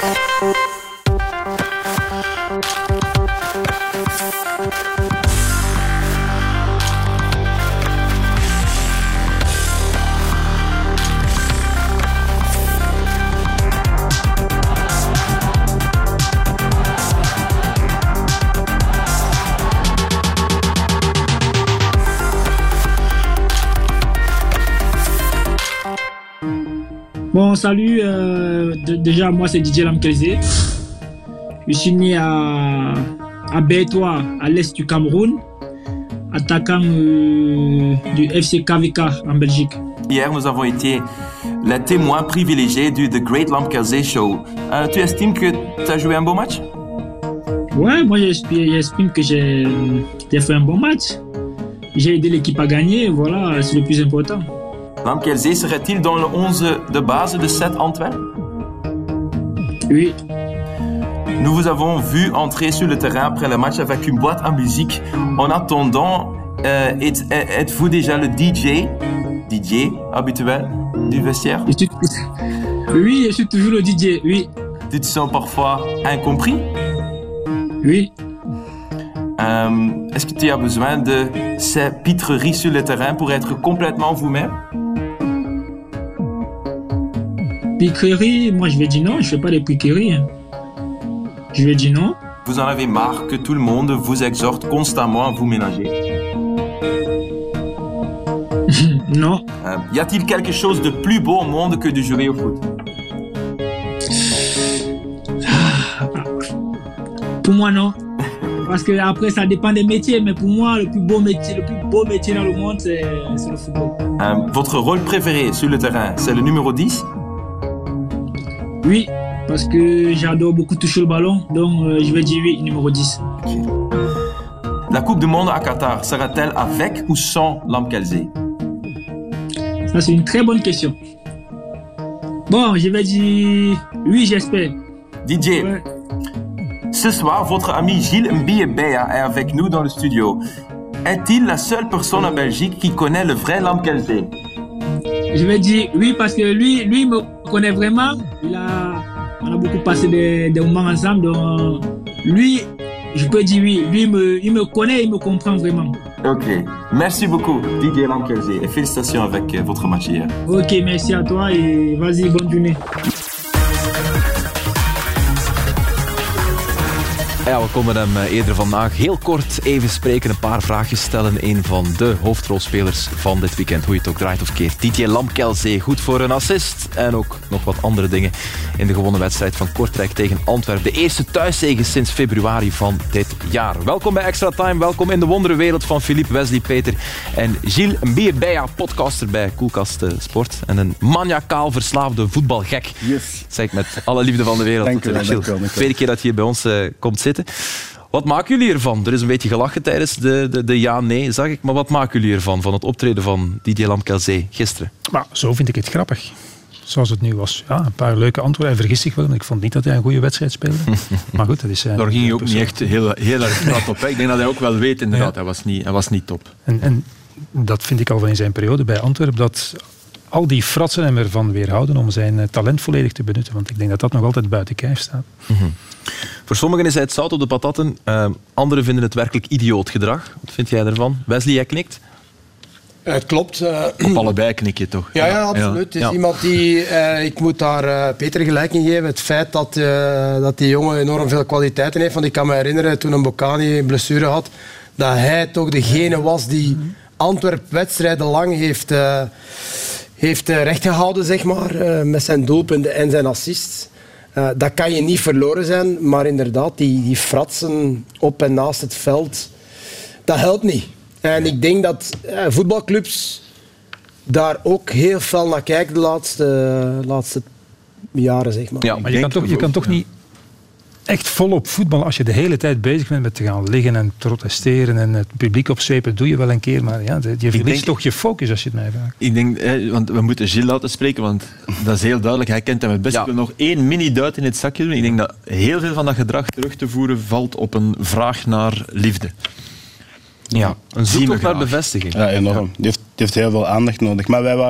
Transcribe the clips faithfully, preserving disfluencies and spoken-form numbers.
Bon, salut. Euh, d- déjà, moi, c'est Didier Lamkelze. Je suis né à, à Bétois, à l'est du Cameroun, attaquant euh, du F C K V K en Belgique. Hier, nous avons été les témoins privilégiés du The Great Lamkelze Show. Euh, tu estimes que tu as joué un bon match? Ouais, moi, j'estime, j'estime que j'ai, j'ai fait un bon match. J'ai aidé l'équipe à gagner, voilà, c'est le plus important. Lamkelze serait-il dans le onze de base de cette Antwerp? Oui. Nous vous avons vu entrer sur le terrain après le match avec une boîte à musique. En attendant, euh, êtes, êtes-vous déjà le D J, D J habituel du vestiaire? Je suis... Oui, je suis toujours le D J, oui. Tu te sens parfois incompris? Oui. Euh, est-ce que tu as besoin de ces pitreries sur le terrain pour être complètement vous-même? Piquerie, moi je vais dire non, je fais pas des piqueries. Hein. Je vais dire non. Vous en avez marre que tout le monde vous exhorte constamment à vous ménager? Non. Euh, y a-t-il quelque chose de plus beau au monde que de jouer au foot? Pour moi non. Parce que après ça dépend des métiers, mais pour moi le plus beau métier, le plus beau métier dans le monde c'est, c'est le football. Euh, votre rôle préféré sur le terrain, c'est le numéro dix? Oui, parce que j'adore beaucoup toucher le ballon, donc euh, je vais dire oui, numéro dix. Okay. La Coupe du Monde à Qatar sera-t-elle avec ou sans Lamkelze? Ça c'est une très bonne question. Bon, je vais dire oui, j'espère. D J, ouais. Ce soir, votre ami Gilles Mbiebeya est avec nous dans le studio. Est-il la seule personne en Belgique qui connaît le vrai Lamkelze? Je vais dire oui parce que lui, lui me connaît vraiment. Il a, on a beaucoup passé des, des moments ensemble. Donc lui, je peux dire oui. Lui, il me, il me connaît, il me comprend vraiment. Ok, merci beaucoup Didier Lamkelze et félicitations avec votre match hier. Ok, merci à toi et vas-y, bonne journée. Ja, we komen hem eerder vandaag heel kort even spreken, een paar vraagjes stellen. Een van de hoofdrolspelers van dit weekend, hoe je het ook draait of keert. Didier Lamkelze, goed voor een assist en ook nog wat andere dingen in de gewonnen wedstrijd van Kortrijk tegen Antwerpen. De eerste thuiszege sinds februari van dit jaar. Welkom bij Extra Time, welkom in de wonderenwereld van Philippe, Wesley, Peter en Gilles Mbiebeya, podcaster bij Koelkast Sport en een maniacaal verslaafde voetbalgek. Yes. Dat zeg ik met alle liefde van de wereld. Dank u wel, Gilles, dank u wel. tweede keer dat je hier bij ons uh, komt zitten. Wat maken jullie ervan? Er is een beetje gelachen tijdens de, de, de ja-nee, zag ik. Maar wat maken jullie ervan, van het optreden van Didier Lamkelze gisteren? Maar zo vind ik het grappig. Zoals het nu was. Ja, een paar leuke antwoorden. Hij vergist zich wel, want ik vond niet dat hij een goede wedstrijd speelde. Maar goed, dat is zijn... Daar ging hij ook niet echt heel, heel erg plat op. Hè. Ik denk dat hij ook wel weet, inderdaad. Ja. Hij, was niet, hij was niet top. En, en dat vind ik al van in zijn periode bij Antwerpen, dat al die fratsen hem ervan weerhouden om zijn talent volledig te benutten. Want ik denk dat dat nog altijd buiten kijf staat. Mm-hmm. Voor sommigen is hij het zout op de patatten. Uh, anderen vinden het werkelijk idioot gedrag. Wat vind jij ervan? Wesley, jij knikt? Het klopt. Uh, Op allebei knik je toch? Ja, ja absoluut. Ja. Het is ja. iemand die... Uh, ik moet daar uh, Peter gelijk in geven. Het feit dat, uh, dat die jongen enorm veel kwaliteiten heeft. Want ik kan me herinneren, toen een Bocani een blessure had, dat hij toch degene was die Antwerp wedstrijden lang heeft, uh, heeft uh, rechtgehouden, zeg maar. Uh, met zijn doelpunten en zijn assists. Uh, dat kan je niet verloren zijn. Maar inderdaad, die, die fratsen op en naast het veld, dat helpt niet. En ik denk dat eh, voetbalclubs daar ook heel fel naar kijken de laatste, laatste jaren, zeg maar. Ja, maar je kan toch, je kan toch niet echt volop voetballen als je de hele tijd bezig bent met te gaan liggen en protesteren en het publiek opzwepen. Dat doe je wel een keer, maar ja, je verliest toch je focus als je het mij vraagt. Ik denk, eh, want we moeten Gilles laten spreken, want dat is heel duidelijk. Hij kent hem het best. Ja. Ik wil nog één mini-duit in het zakje doen. Ik denk dat heel veel van dat gedrag terug te voeren valt op een vraag naar liefde. Ja, een zoektocht naar bevestiging. Ja, enorm. Die heeft, die heeft heel veel aandacht nodig. Maar wij waren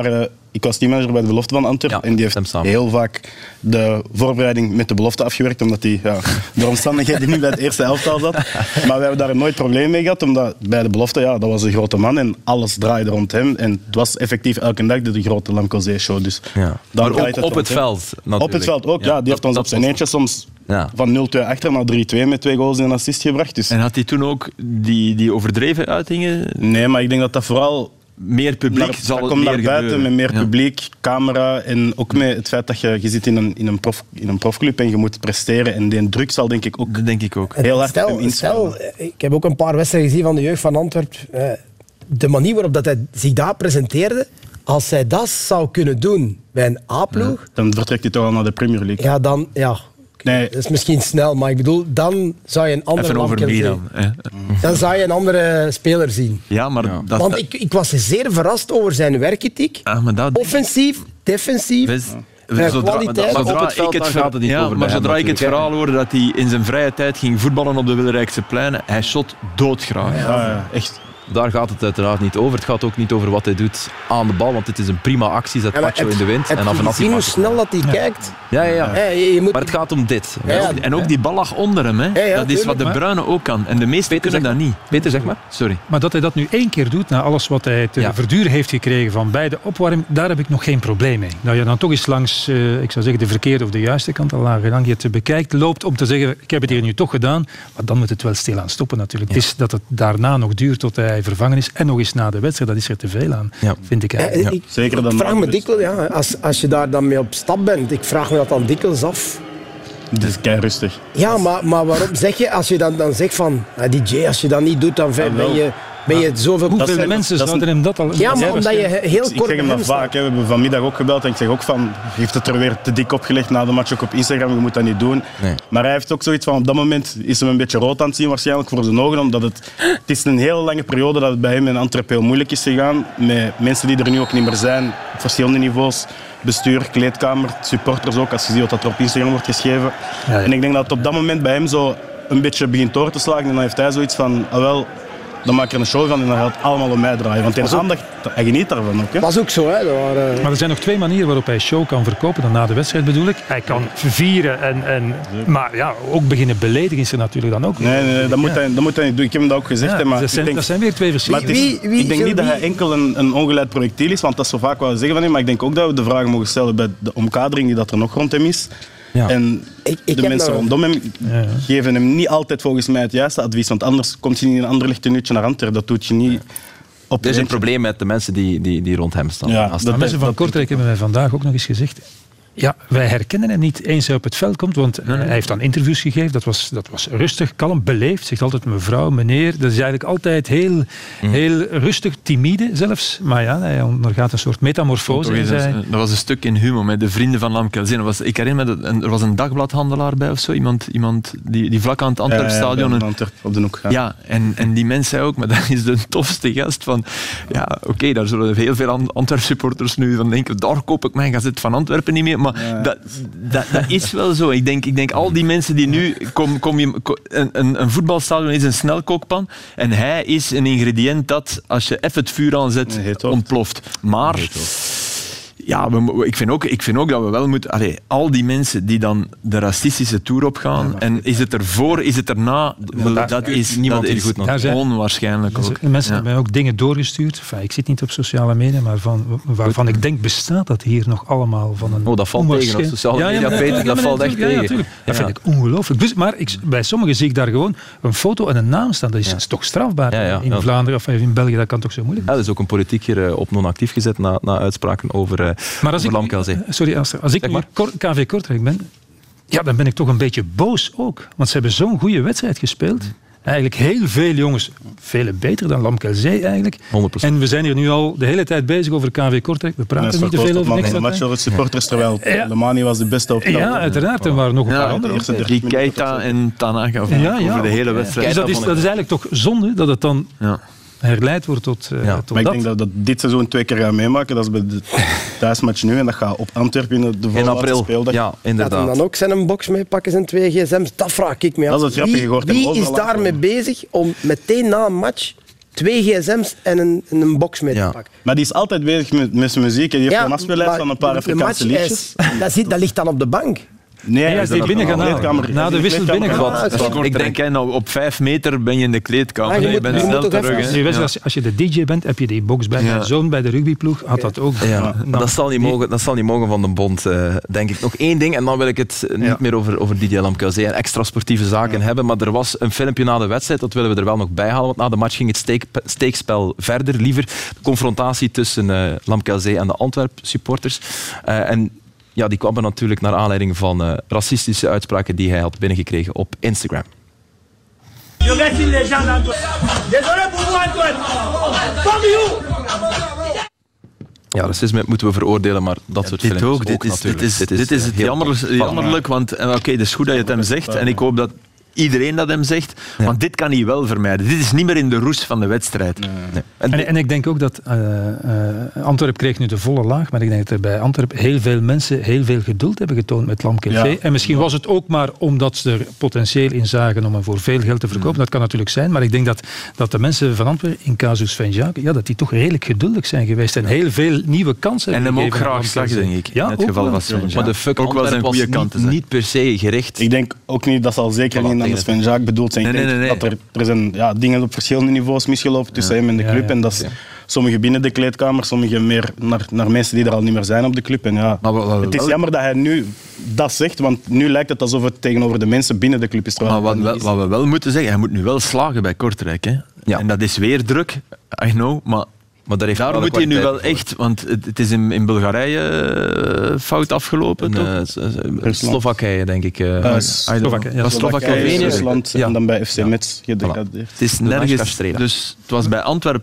ik was teammanager bij de belofte van Antwerpen. Ja, en die heeft heel vaak de voorbereiding met de belofte afgewerkt, omdat hij ja, door omstandigheden niet bij het eerste elftal zat. Maar we hebben daar nooit probleem mee gehad, omdat bij de belofte, ja, dat was een grote man en alles draaide rond hem. En het was effectief elke dag de, de grote Lamkelzee-show. Dus ja. Maar op, het, op het veld natuurlijk. Op het veld ook, ja. ja die heeft ons op zijn eentje soms ja. van nul twee achter naar drie twee met twee goals en een assist gebracht. Dus. En had hij toen ook die, die overdreven uitingen? Nee, maar ik denk dat dat vooral... Meer publiek naar, zal het meer naar buiten gebeuren. met meer ja. publiek, camera en ook met het feit dat je, je zit in een, in, een prof, in een profclub en je moet presteren en die druk zal denk ik ook, dat denk ik ook. heel hard stel, op hem inspelen. Stel, ik heb ook een paar wedstrijden gezien van de jeugd van Antwerpen. De manier waarop dat hij zich daar presenteerde, als hij dat zou kunnen doen bij een A-ploeg... Ja, dan vertrekt hij toch al naar de Premier League. Ja, dan... Ja. Nee. Dat is misschien snel, maar ik bedoel, dan zou je een andere Even over Milan. Dan. dan zou je een andere speler zien. Ja, maar ja. Dat, Want ik, ik was zeer verrast over zijn werkethiek. Ah, maar dat... Offensief, defensief. Wees, Zodra, kwaliteit. Zodra op het veld, ik het gaat het niet ja, over maar hem, zodra ik het natuurlijk. verhaal hoorde dat hij in zijn vrije tijd ging voetballen op de Wilderijkse pleinen, hij shot doodgraag. Ja, ja, echt. Daar gaat het uiteraard niet over. Het gaat ook niet over wat hij doet aan de bal, want dit is een prima actie. Zet Pacho in de wind. Heb en dan je vanaf gezien hoe snel dat hij ja. kijkt? Ja, ja, ja. ja je moet... Maar het gaat om dit. Ja, ja. En ook die bal lag onder hem. Hè. Ja, ja, dat is wat de maar... Bruyne ook kan. En de meesten Peter, kunnen dat niet. Peter, zeg maar. Sorry. Maar dat hij dat nu één keer doet, na alles wat hij te ja. verduren heeft gekregen van bij de opwarming, daar heb ik nog geen probleem mee. Dat je dan toch eens langs, uh, ik zou zeggen, de verkeerde of de juiste kant, al lang je het bekijkt, loopt om te zeggen, ik heb het hier nu toch gedaan. Maar dan moet het wel stilaan stoppen natuurlijk. Ja. Het is dat het daarna nog duurt tot hij vervangen is en nog eens na de wedstrijd. Dat is er te veel aan, ja. vind ik eigenlijk. Ja, ik, Zeker dan ik vraag me dikwijls, ja, als, als je daar dan mee op stap bent, ik vraag me dat dan dikwijls af. Het is kei rustig. Ja, maar, maar waarom zeg je, als je dan, dan zegt van, D J, als je dat niet doet, dan ben je, ben je zoveel... Hoeveel zijn, mensen zouden hem dat al... Ja, maar omdat je heel kort... Ik zeg hem dat vaak, hè. We hebben vanmiddag ook gebeld en ik zeg ook van, heeft het er weer te dik opgelegd na de match ook op Instagram, je moet dat niet doen. Nee. Maar hij heeft ook zoiets van, op dat moment is hem een beetje rood aan het zien waarschijnlijk voor zijn ogen, omdat het, het is een hele lange periode dat het bij hem in Antwerpen heel moeilijk is gegaan, met mensen die er nu ook niet meer zijn, op verschillende niveaus. Bestuur, kleedkamer, supporters ook, als je ziet wat er op Instagram wordt geschreven. Ja, ja. En ik denk dat het op dat moment bij hem zo een beetje begint door te slagen en dan heeft hij zoiets van, ah wel, dan maak ik er een show van en dan gaat het allemaal om mij draaien. Want hij aandacht, hij geniet daarvan ook. Hè? Dat is ook zo. Hè? Waren, uh... Maar er zijn nog twee manieren waarop hij show kan verkopen, dan na de wedstrijd bedoel ik. Hij kan vieren, en, en, maar ja, ook beginnen beledigen is er natuurlijk dan ook. Nee, nee, nee dat, moet hij, dat moet hij niet doen. Ik heb hem dat ook gezegd. Ja, hè, maar dat, zijn, denk, dat zijn weer twee verschillende. Wie, wie, ik denk niet wie? dat hij enkel een, een ongeleid projectiel is, want dat is zo vaak wat we zeggen van hem. Maar ik denk ook dat we de vragen mogen stellen bij de omkadering die dat er nog rond hem is. Ja. En ik, ik de mensen nou... rondom hem ja, ja. geven hem niet altijd volgens mij het juiste advies. Want anders komt hij niet in een ander lichttenuutje naar Antwerpen. Dat doet je niet op. Er is een probleem met de mensen die, die, die rond hem staan. Ja, dat de mensen van Kortrijk hebben wij vandaag ook nog eens gezegd. Ja, wij herkennen hem niet eens hij op het veld komt, want nee. hij heeft dan interviews gegeven. Dat was, dat was rustig, kalm, beleefd. Zegt altijd mevrouw, meneer. Dat is eigenlijk altijd heel, mm. heel rustig, timide zelfs. Maar ja, hij ondergaat een soort metamorfose. Eens, zij... Dat was een stuk in Humo met de vrienden van Lamkelzee. Ik herinner me, dat er was een dagbladhandelaar bij of zo. Iemand, iemand die, die vlak aan het Antwerpstadion... Ja, ja, Antwerp, op de hoek. Ja, ja en, en die mens zei ook, maar dat is de tofste gast van... Ja, oké, okay, daar zullen heel veel Antwerp-supporters nu van denken, daar koop ik mijn gazet van Antwerpen niet meer. Maar ja. dat, dat, dat is wel zo. Ik denk, ik denk al die mensen die nu... Kom, kom je, kom, een, een, een voetbalstadion is een snelkookpan en hij is een ingrediënt dat, als je even het vuur aanzet, ontploft. Maar... Ja, we, ik, vind ook, ik vind ook dat we wel moeten... Allee, al die mensen die dan de racistische toer opgaan, ja, en is het ervoor, is het erna... Ja, dat, dat is, niemand dat is goed nog. Onwaarschijnlijk ook. Mensen, mensen ja. hebben mij ook dingen doorgestuurd. Enfin, ik zit niet op sociale media, maar van, waarvan ik denk, bestaat dat hier nog allemaal van een... Oh, dat valt tegen op sociale media, ja, ja, Peter. Ja, dat valt echt ja, tegen. Ja, dat vind ik ongelooflijk. Dus, maar ik, bij sommigen zie ik daar gewoon een foto en een naam staan. Dat is ja. toch strafbaar. Ja, ja, in ja. Vlaanderen of in België, dat kan toch zo moeilijk. Ja, dat is ook een politiek hier op non-actief gezet na, na uitspraken over... Uh, Maar als ik, sorry, als, als ik nu K V Kortrijk ben, ja, dan ben ik toch een beetje boos ook. Want ze hebben zo'n goede wedstrijd gespeeld. Eigenlijk heel veel jongens, vele beter dan Lamkelzee eigenlijk. honderd procent. En we zijn hier nu al de hele tijd bezig over K V Kortrijk. We praten niet te veel over extra match over supporters, terwijl ja. Lemani was de beste op. Ja, uiteraard. En waren nog een ja, paar andere. Die Keita en Tanaka ja, ja. over de hele wedstrijd. Dus dat is, dat is eigenlijk toch zonde dat het dan... Ja. herleid wordt tot, uh, ja, tot maar dat. ik denk dat dat dit seizoen twee keer gaat meemaken. Dat is bij de thuismatch nu en dat gaat op Antwerpen in de voorlaatste speeldag. Ja, inderdaad. Gaat hij dan ook zijn box meepakken, zijn twee gsm's? Dat vraag ik me af. Dat is het grappige. Wie, wie is daarmee bezig om meteen na een match twee gsm's en een, een box mee te Ja. pakken. Maar die is altijd bezig met, met zijn muziek. En die heeft een afspeellijst van een paar de Afrikaanse match liedjes. is- dat, zit, dat ligt dan op de bank. Nee, hij is die binnen gaan halen. Na de wissel binnen gaan halen. Dat is Ah, ik denk, hè, nou, op vijf meter ben je in de kleedkamer. Ah, je je, moet- bent je snel moet toch terug. even- hè. Je weet, Ja. als, als je de D J bent, heb je die box bij. Ja. Mijn zoon bij de rugbyploeg had dat ook. Ja, Nou, maar dat, zal niet mogen, dat zal niet mogen van de bond, uh, denk ik. Nog één ding, en dan wil ik het niet Ja. meer over, over Didier Lamkelzee en extra sportieve zaken ja. hebben, maar er was een filmpje na de wedstrijd, dat willen we er wel nog bij halen, want na de match ging het steek, steekspel verder, liever de confrontatie tussen uh, Lamkelzee en de Antwerp-supporters. Uh, en ja, die kwam er natuurlijk naar aanleiding van uh, racistische uitspraken die hij had binnengekregen op Instagram. Je remercie les gens d'Antwerp. Désolé pour vous, Antwerp. Fuck you! Ja, racisme moeten we veroordelen, maar dat soort Dit films ook. Dit is, natuurlijk. dit is, dit is, dit is het heel jammerlijk, jammerlijk want oké, okay, het is goed dat je het hem zegt en ik hoop dat iedereen dat hem zegt, Ja. want dit kan hij wel vermijden. Dit is niet meer in de roes van de wedstrijd. Nee. En, En, en ik denk ook dat uh, uh, Antwerp kreeg nu de volle laag, maar ik denk dat er bij Antwerp heel veel mensen heel veel geduld hebben getoond met Lamkelzee. Ja. En misschien was het ook maar omdat ze er potentieel in zagen om hem voor veel geld te verkopen. Dat kan natuurlijk zijn, maar ik denk dat, dat de mensen van Antwerp in casus Sven Jaak, ja, dat die toch redelijk geduldig zijn geweest en heel veel nieuwe kansen En hebben hem ook gegeven aan graag zag, Lamkelzee. denk ik. Ja, in het ook geval wel. van Sven. maar de fuck ook wel zijn Antwerp goede was kanten. niet, zijn. niet per se gericht. Ik denk ook niet, dat zal zeker Voilà, niet aan de tegen Sven Jaak bedoeld zijn. Ik Nee, denk nee, nee, dat er, er zijn ja, dingen op verschillende niveaus misgelopen tussen hem en de Ja, club. ja. En dat is Ja. sommige binnen de kleedkamer, sommige meer naar, naar mensen die er al niet meer zijn op de club. En ja, Maar wat- wat- het is wel- jammer dat hij nu dat zegt, want nu lijkt het alsof het tegenover de mensen binnen de club is. terwijl Maar het wat, dat wel- niet is. wat we wel moeten zeggen, hij moet nu wel slagen bij Kortrijk. Hè? Ja. En dat is weer druk, I know, maar Maar daar heeft daar wel de moet hij nu wel kwaliteit voor. echt, want het, het is in, in Bulgarije eh, fout afgelopen, En, toch? uh, S- S- Slowakije, denk ik. uh, Uh, Slowakije, ja. Dat is Slowakije, Slowakije, ja. Rusland Ja. en dan bij F C Ja. Metz gedegradeerd. Het is De Danska nergens, Strela. dus het was bij Antwerp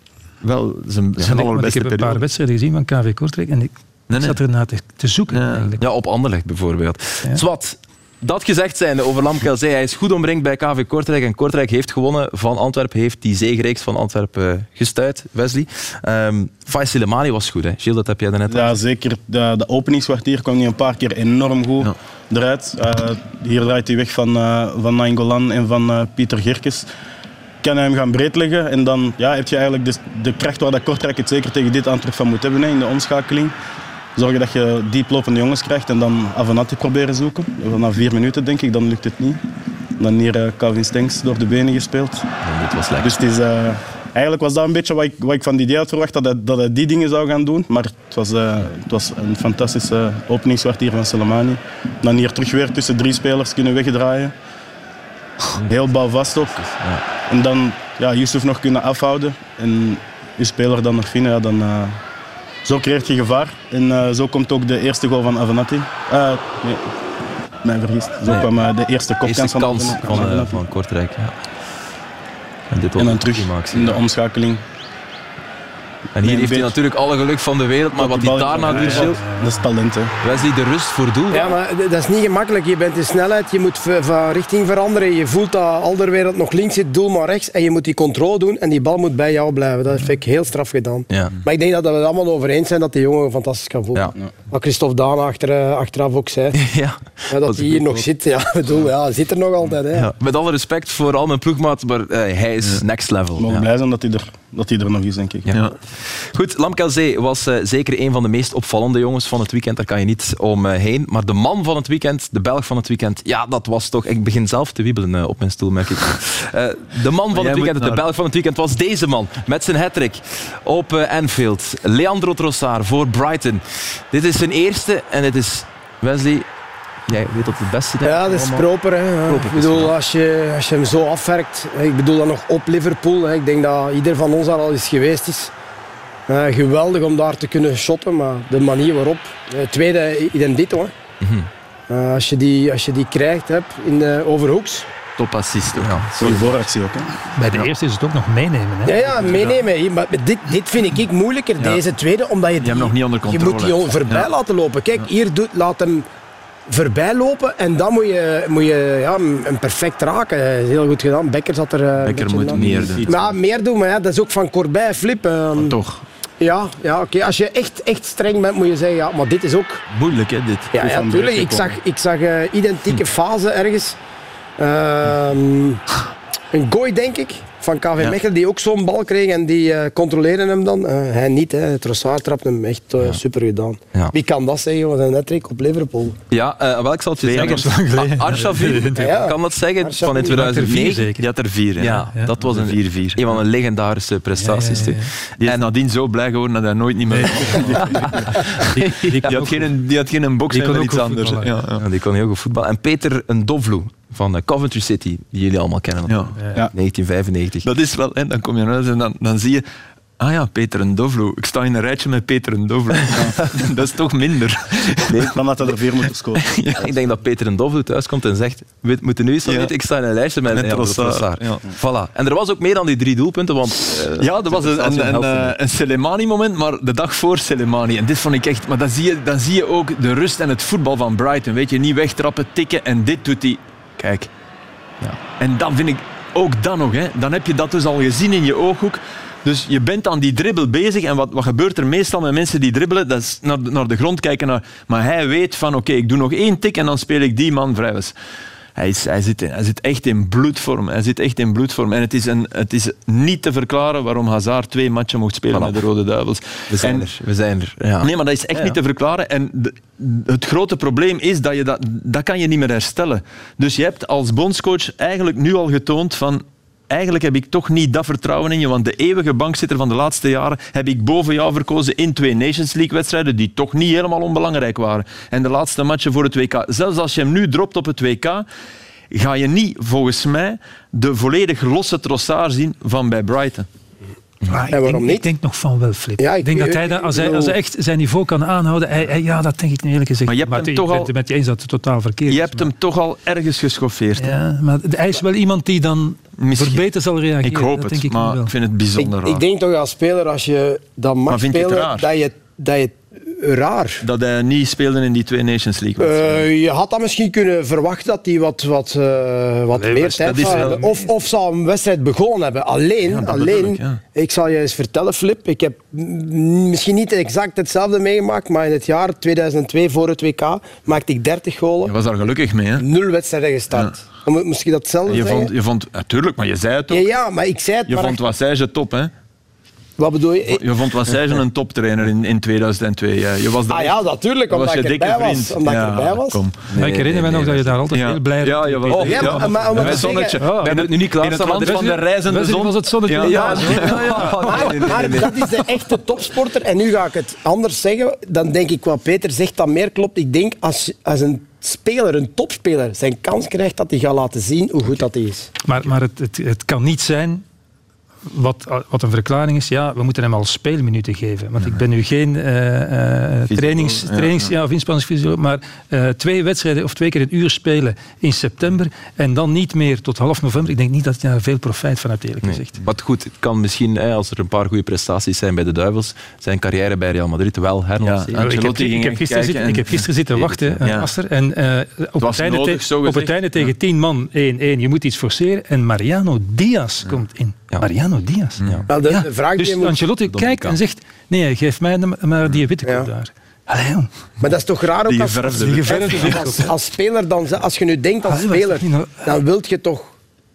wel zijn, Ja, zijn want ik allerbeste heb een paar periode. wedstrijden gezien van K V Kortrijk en ik Nee, nee. zat ernaar te, te zoeken Ja. eigenlijk. Ja, op Anderlecht bijvoorbeeld. Ja. Zwat, dat gezegd zijnde over Lamkelzee, hij is goed omringd bij K V Kortrijk en Kortrijk heeft gewonnen van Antwerpen, heeft die zegereeks van Antwerpen uh, gestuit, Wesley. Um, Fais Silemani was goed, hè? Gilles, dat heb jij daarnet al. Ja, zeker. De, de openingskwartier kwam hij een paar keer enorm goed Ja. eruit. Uh, hier draait hij weg van, uh, van Nainggolan en van uh, Pieter Gerkes. Kan hij hem gaan breed leggen en dan ja, heb je eigenlijk de, de kracht waar dat Kortrijk het zeker tegen dit Antwerp van moet hebben hè, in de omschakeling. Zorgen dat je dieplopende jongens krijgt en dan Avenatti proberen zoeken. Na vier minuten denk ik, dan lukt het niet. Dan hier uh, Calvin Stenks door de benen gespeeld. En dit was lekker. Dus het is, uh, eigenlijk was dat een beetje wat ik, wat ik van Didier had verwacht, dat hij, dat hij die dingen zou gaan doen. Maar het was, uh, het was een fantastische openingskwartier van Selemani. Dan hier terug weer tussen drie spelers kunnen wegdraaien. Heel balvast ook. En dan ja, Yusuf nog kunnen afhouden. En je speler dan nog vinden, ja, dan... Uh, zo creëert je gevaar. En uh, zo komt ook de eerste goal van Avenatti. Uh, nee, mij vergist. Zo Nee. kwam uh, de eerste kopkans Eerste van kans Avenatti. van, uh, Avenatti. van Kortrijk. Ja. En, dit was En dan een terug climax, in de ja. omschakeling. En hier een heeft hij beetje- natuurlijk alle geluk van de wereld, maar wat hij daarna doet, Gilles, Dat is talent, hè. Wesley, de rust voor doel. Ja, maar dat is niet gemakkelijk. Je bent in snelheid, je moet v- van richting veranderen. Je voelt dat Alderwereld nog links zit, doel maar rechts. En je moet die controle doen en die bal moet bij jou blijven. Dat vind ik heel straf gedaan. Ja. Maar ik denk dat we het allemaal over eens zijn dat die jongen fantastisch kan voelen. Ja. Wat Christophe Daan achter, uh, achteraf ook zei. Ja. Ja, dat hij hier nog zit. Ja, ik bedoel, ja, hij zit er nog altijd. Hè. Ja. Met alle respect voor al mijn ploegmaat, maar uh, hij is next level. We mogen Ja. blij zijn dat hij, er, dat hij er nog is, denk ik. Ja. Ja. Goed, Lamkelzee was uh, zeker een van de meest opvallende jongens van het weekend. Daar kan je niet omheen. Uh, maar de man van het weekend, de Belg van het weekend, ja, dat was toch... Ik begin zelf te wiebelen uh, op mijn stoel, merk ik. Uh, de man van jij het weekend, moet de naar- Belg van het weekend, was deze man. Met zijn hat-trick op uh, Anfield. Leandro Trossard voor Brighton. Dit is zijn eerste en het is... Wesley, jij weet dat het beste is. Ja, dat is proper. Hè. Ja. Proper Ik bedoel, als je, als je hem zo afwerkt. Ik bedoel dan nog op Liverpool. Hè. Ik denk dat ieder van ons daar al eens geweest is. Uh, geweldig om daar te kunnen shotten, maar de manier waarop. Uh, tweede, identito. Hè. Mhm. Uh, als, je die, als je die krijgt hebt in de overhoeks. Top assist ook. Ja. Goeie vooractie ook, hè. Bij de eerste is het ook nog meenemen. Hè? Ja, ja, meenemen. Maar dit, dit vind ik moeilijker, Ja. deze tweede, omdat je, die, hebt hem nog niet onder je controle. moet die jongen voorbij Ja. laten lopen. Kijk, hier doet, laat hem voorbij lopen en dan moet je, moet je ja, een perfect raken. Dat is heel goed gedaan. Bekker zat er uh, een Bekker beetje moet na. meer doen. Ja, meer doen, maar ja, dat is ook van Corbijn flip. Uh, Toch. ja, ja oké. Als je echt, echt streng bent, moet je zeggen, ja, maar dit is ook... Moeilijk, hè, dit. Ja, Goed ja van tuurlijk. Brecht Ik zag, ik zag uh, identieke fase ergens. Ehm, een gooi, denk ik, van K V Ja. Mechelen die ook zo'n bal kreeg en die uh, controleren hem dan. Uh, hij niet, hè. Trossard trapt hem echt uh, ja. super gedaan. Ja. Wie kan dat zeggen, wat een nettrick op Liverpool? Ja, uh, wel, ik zal het je zeggen. Arshavin, ja. kan dat zeggen? Arshavin. Van in tweeduizend negen. Die had er vier. Ja, ja, ja. Dat was een vier vier. Een van de legendarische prestaties. Ja, ja, ja, ja. Die is en nadien zo blij geworden dat hij nooit niet meer... Nee. die, die, die, die, had geen, die had geen box en iets anders. Ja, ja. Ja, die kon heel goed voetballen. En Peter Ndovlu van Coventry City, die jullie allemaal kennen. Ja. Ja. negentien vijfennegentig. Dat is wel, hè, dan kom je naar huis en dan, dan zie je... Ah ja, Peter Ndovlu. Ik sta in een rijtje met Peter Ndovlu. Ja. Dat is toch minder. Nee, dan had hij er vier moeten scoren. Ja. Ik denk dat Peter Ndovlu thuis komt en zegt, we moeten nu eens ja. weten, ik sta in een lijstje met, met Trossard. Ja. Voilà. En er was ook meer dan die drie doelpunten, want... Uh, ja, er was een, een, een, een, een Soleimani-moment, maar de dag voor Soleimani. En dit vond ik echt... Maar dan zie, je, dan zie je ook de rust en het voetbal van Brighton. Weet je, niet wegtrappen, tikken en dit doet hij... Kijk. Ja. En dan vind ik... Ook dan nog, hè. Dan heb je dat dus al gezien in je ooghoek. Dus je bent aan die dribbel bezig en wat, wat gebeurt er meestal met mensen die dribbelen? Dat is naar de, naar de grond kijken. Naar, maar hij weet van oké, okay, ik doe nog één tik en dan speel ik die man vrij. Hij, is, hij, zit, hij zit echt in bloedvorm. Hij zit echt in bloedvorm. En het is, een, het is niet te verklaren waarom Hazard twee matchen mocht spelen voilà. met de Rode Duivels. We zijn en, er. We zijn er. Ja. Nee, maar dat is echt ja, ja. niet te verklaren. En de, het grote probleem is dat je dat, dat kan je niet meer herstellen. Dus je hebt als bondscoach eigenlijk nu al getoond van... Eigenlijk heb ik toch niet dat vertrouwen in je, want de eeuwige bankzitter van de laatste jaren heb ik boven jou verkozen in twee Nations League-wedstrijden die toch niet helemaal onbelangrijk waren. En de laatste matchen voor het W K. Zelfs als je hem nu dropt op het W K, ga je niet, volgens mij, de volledig losse Trossard zien van bij Brighton. Maar ik, denk, ik denk nog van wel, Flip. Ja, ik, ik denk dat hij, dat, als, hij, als hij echt zijn niveau kan aanhouden, hij, hij, ja, dat denk ik nu eerlijk gezegd. Maar je hebt maar hem ik toch ben al, het met je eens dat het totaal verkeerd is. Je hebt maar. hem toch al ergens geschoffeerd. Ja, maar hij is wel iemand die dan Misschien. voor beter zal reageren. Ik hoop dat het, denk ik maar wel. ik vind het bijzonder ik, raar. Ik denk toch als speler, als je dat mag spelen, dat je, dat je raar. Dat hij niet speelde in die twee Nations League. Uh, je had dat misschien kunnen verwachten dat hij wat, wat, uh, wat nee, meer tijd zou hebben. Of, of zou een wedstrijd begonnen hebben. Alleen, ja, alleen ik, ja. ik zal je eens vertellen, Flip. Ik heb misschien niet exact hetzelfde meegemaakt, maar in het jaar tweeduizend twee voor het W K maakte ik dertig golen. Je was daar gelukkig mee, hè? Nul wedstrijden gestart. Ja. Moest je dat hetzelfde je zeggen? Vond, je vond, natuurlijk, maar je zei het ook. Ja, ja maar ik zei het. Je maar vond Wassage top, hè? Wat bedoel je? Je vond Wassage een toptrainer in, in tweeduizend twee. Ja. Je was ah ja, natuurlijk, omdat ik erbij was. Omdat ja, ik erbij was. Kom. Nee, ik herinner me nee, nog nee, dat je daar altijd ja. heel blij was. Ja, je was oh, ja, ja. Maar om het zonnetje. Oh, we hebben het nu niet klaar. In het land van de reizende zon. was het zonnetje. Ja, ja, ja, ja. Maar, maar dat is de echte topsporter. En nu ga ik het anders zeggen. Dan denk ik wat Peter zegt dat meer klopt. Ik denk als, als een speler, een topspeler, zijn kans krijgt dat hij gaat laten zien hoe goed dat hij is. Maar, maar het, het, het kan niet zijn... Wat, wat een verklaring is, ja, we moeten hem al speelminuten geven. Want ik ben nu geen uh, uh, trainings, trainings, ja, of inspanningsfysioloog, maar uh, twee wedstrijden of twee keer een uur spelen in september en dan niet meer tot half november. Ik denk niet dat je daar veel profijt van hebt, eerlijk gezegd. Nee. Wat goed, het kan misschien, hè, als er een paar goede prestaties zijn bij de Duivels, zijn carrière bij Real Madrid wel herlanceren. Ja, ik, heb, ik, heb gisteren zitten, ik heb gisteren zitten wachten, uh, ja. Aster, en uh, op, het einde, nodig, te, op het einde tegen ja. tien man één één. Je moet iets forceren en Mariano Diaz ja. komt in. Ja. Mariano Diaz. Ja. Nou, de, ja. de vraag dus moet... Ancelotti kijkt en zegt, nee, geef mij maar die witte kop ja. daar. Allee, maar dat is toch raar ook die als, geverfde, die geverfde, als, als speler, dan, als je nu denkt als Allee, speler, dan wilt je toch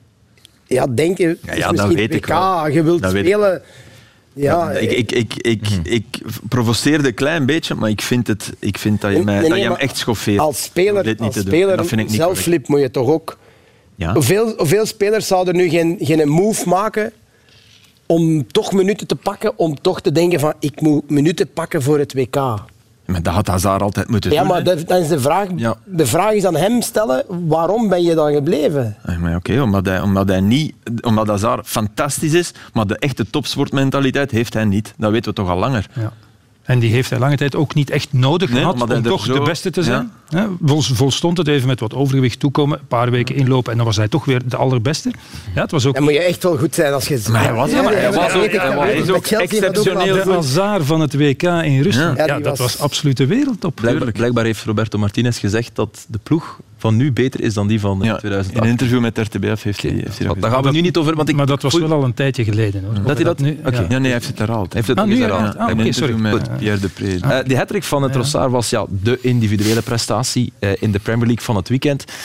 ja, denken, ja, ja, dat weet W K, ik wel. Je wilt dat spelen... Ja, ja, ik, ik, ik, ik, ik provoceerde een klein beetje, maar ik vind, het, ik vind dat je, mij, nee, nee, dat je hem echt schoffeert. Als speler, dit als niet speler dat vind ik niet zelfflip moet je toch ook... Ja. Hoeveel, hoeveel spelers zouden nu geen, geen move maken om toch minuten te pakken, om toch te denken van ik moet minuten pakken voor het W K. Maar dat had Hazard altijd moeten ja, doen. Ja, maar hè? dat is de vraag. Ja. De vraag is aan hem stellen, waarom ben je dan gebleven? Ja, maar oké, okay, omdat, hij, omdat hij niet... Omdat Hazard fantastisch is, maar de echte topsportmentaliteit heeft hij niet. Dat weten we toch al langer. Ja. En die heeft hij lange tijd ook niet echt nodig nee, gehad om toch zo... de beste te zijn. Ja. Ja, vol, volstond het even met wat overgewicht toekomen, een paar weken inlopen en dan was hij toch weer de allerbeste. Ja, het was ook... Dan moet je echt wel goed zijn als je... Maar hij was, ja, maar hij was, ook, hij was, hij is ook exceptioneel. De Hazard van het W K in Rusland, ja. Ja, ja, dat was... was absolute wereldtop. Blijkbaar, blijkbaar heeft Roberto Martinez gezegd dat de ploeg van nu beter is dan die van ja, tweeduizend acht. In een interview met R T B F heeft hij, heeft hij dat Daar gaan we nu niet over... Want ik, maar dat was wel al een tijdje geleden. Hoor. Dat hij dat... nu, okay. ja. ja, nee, hij heeft het herhaald. Hij heeft het ah, nu herhaald. Ah, oké, okay, sorry. Met Pierre de Pre. Uh, die hattrick van uh, Trossard was ja, de individuele prestatie uh, in de Premier League van het weekend.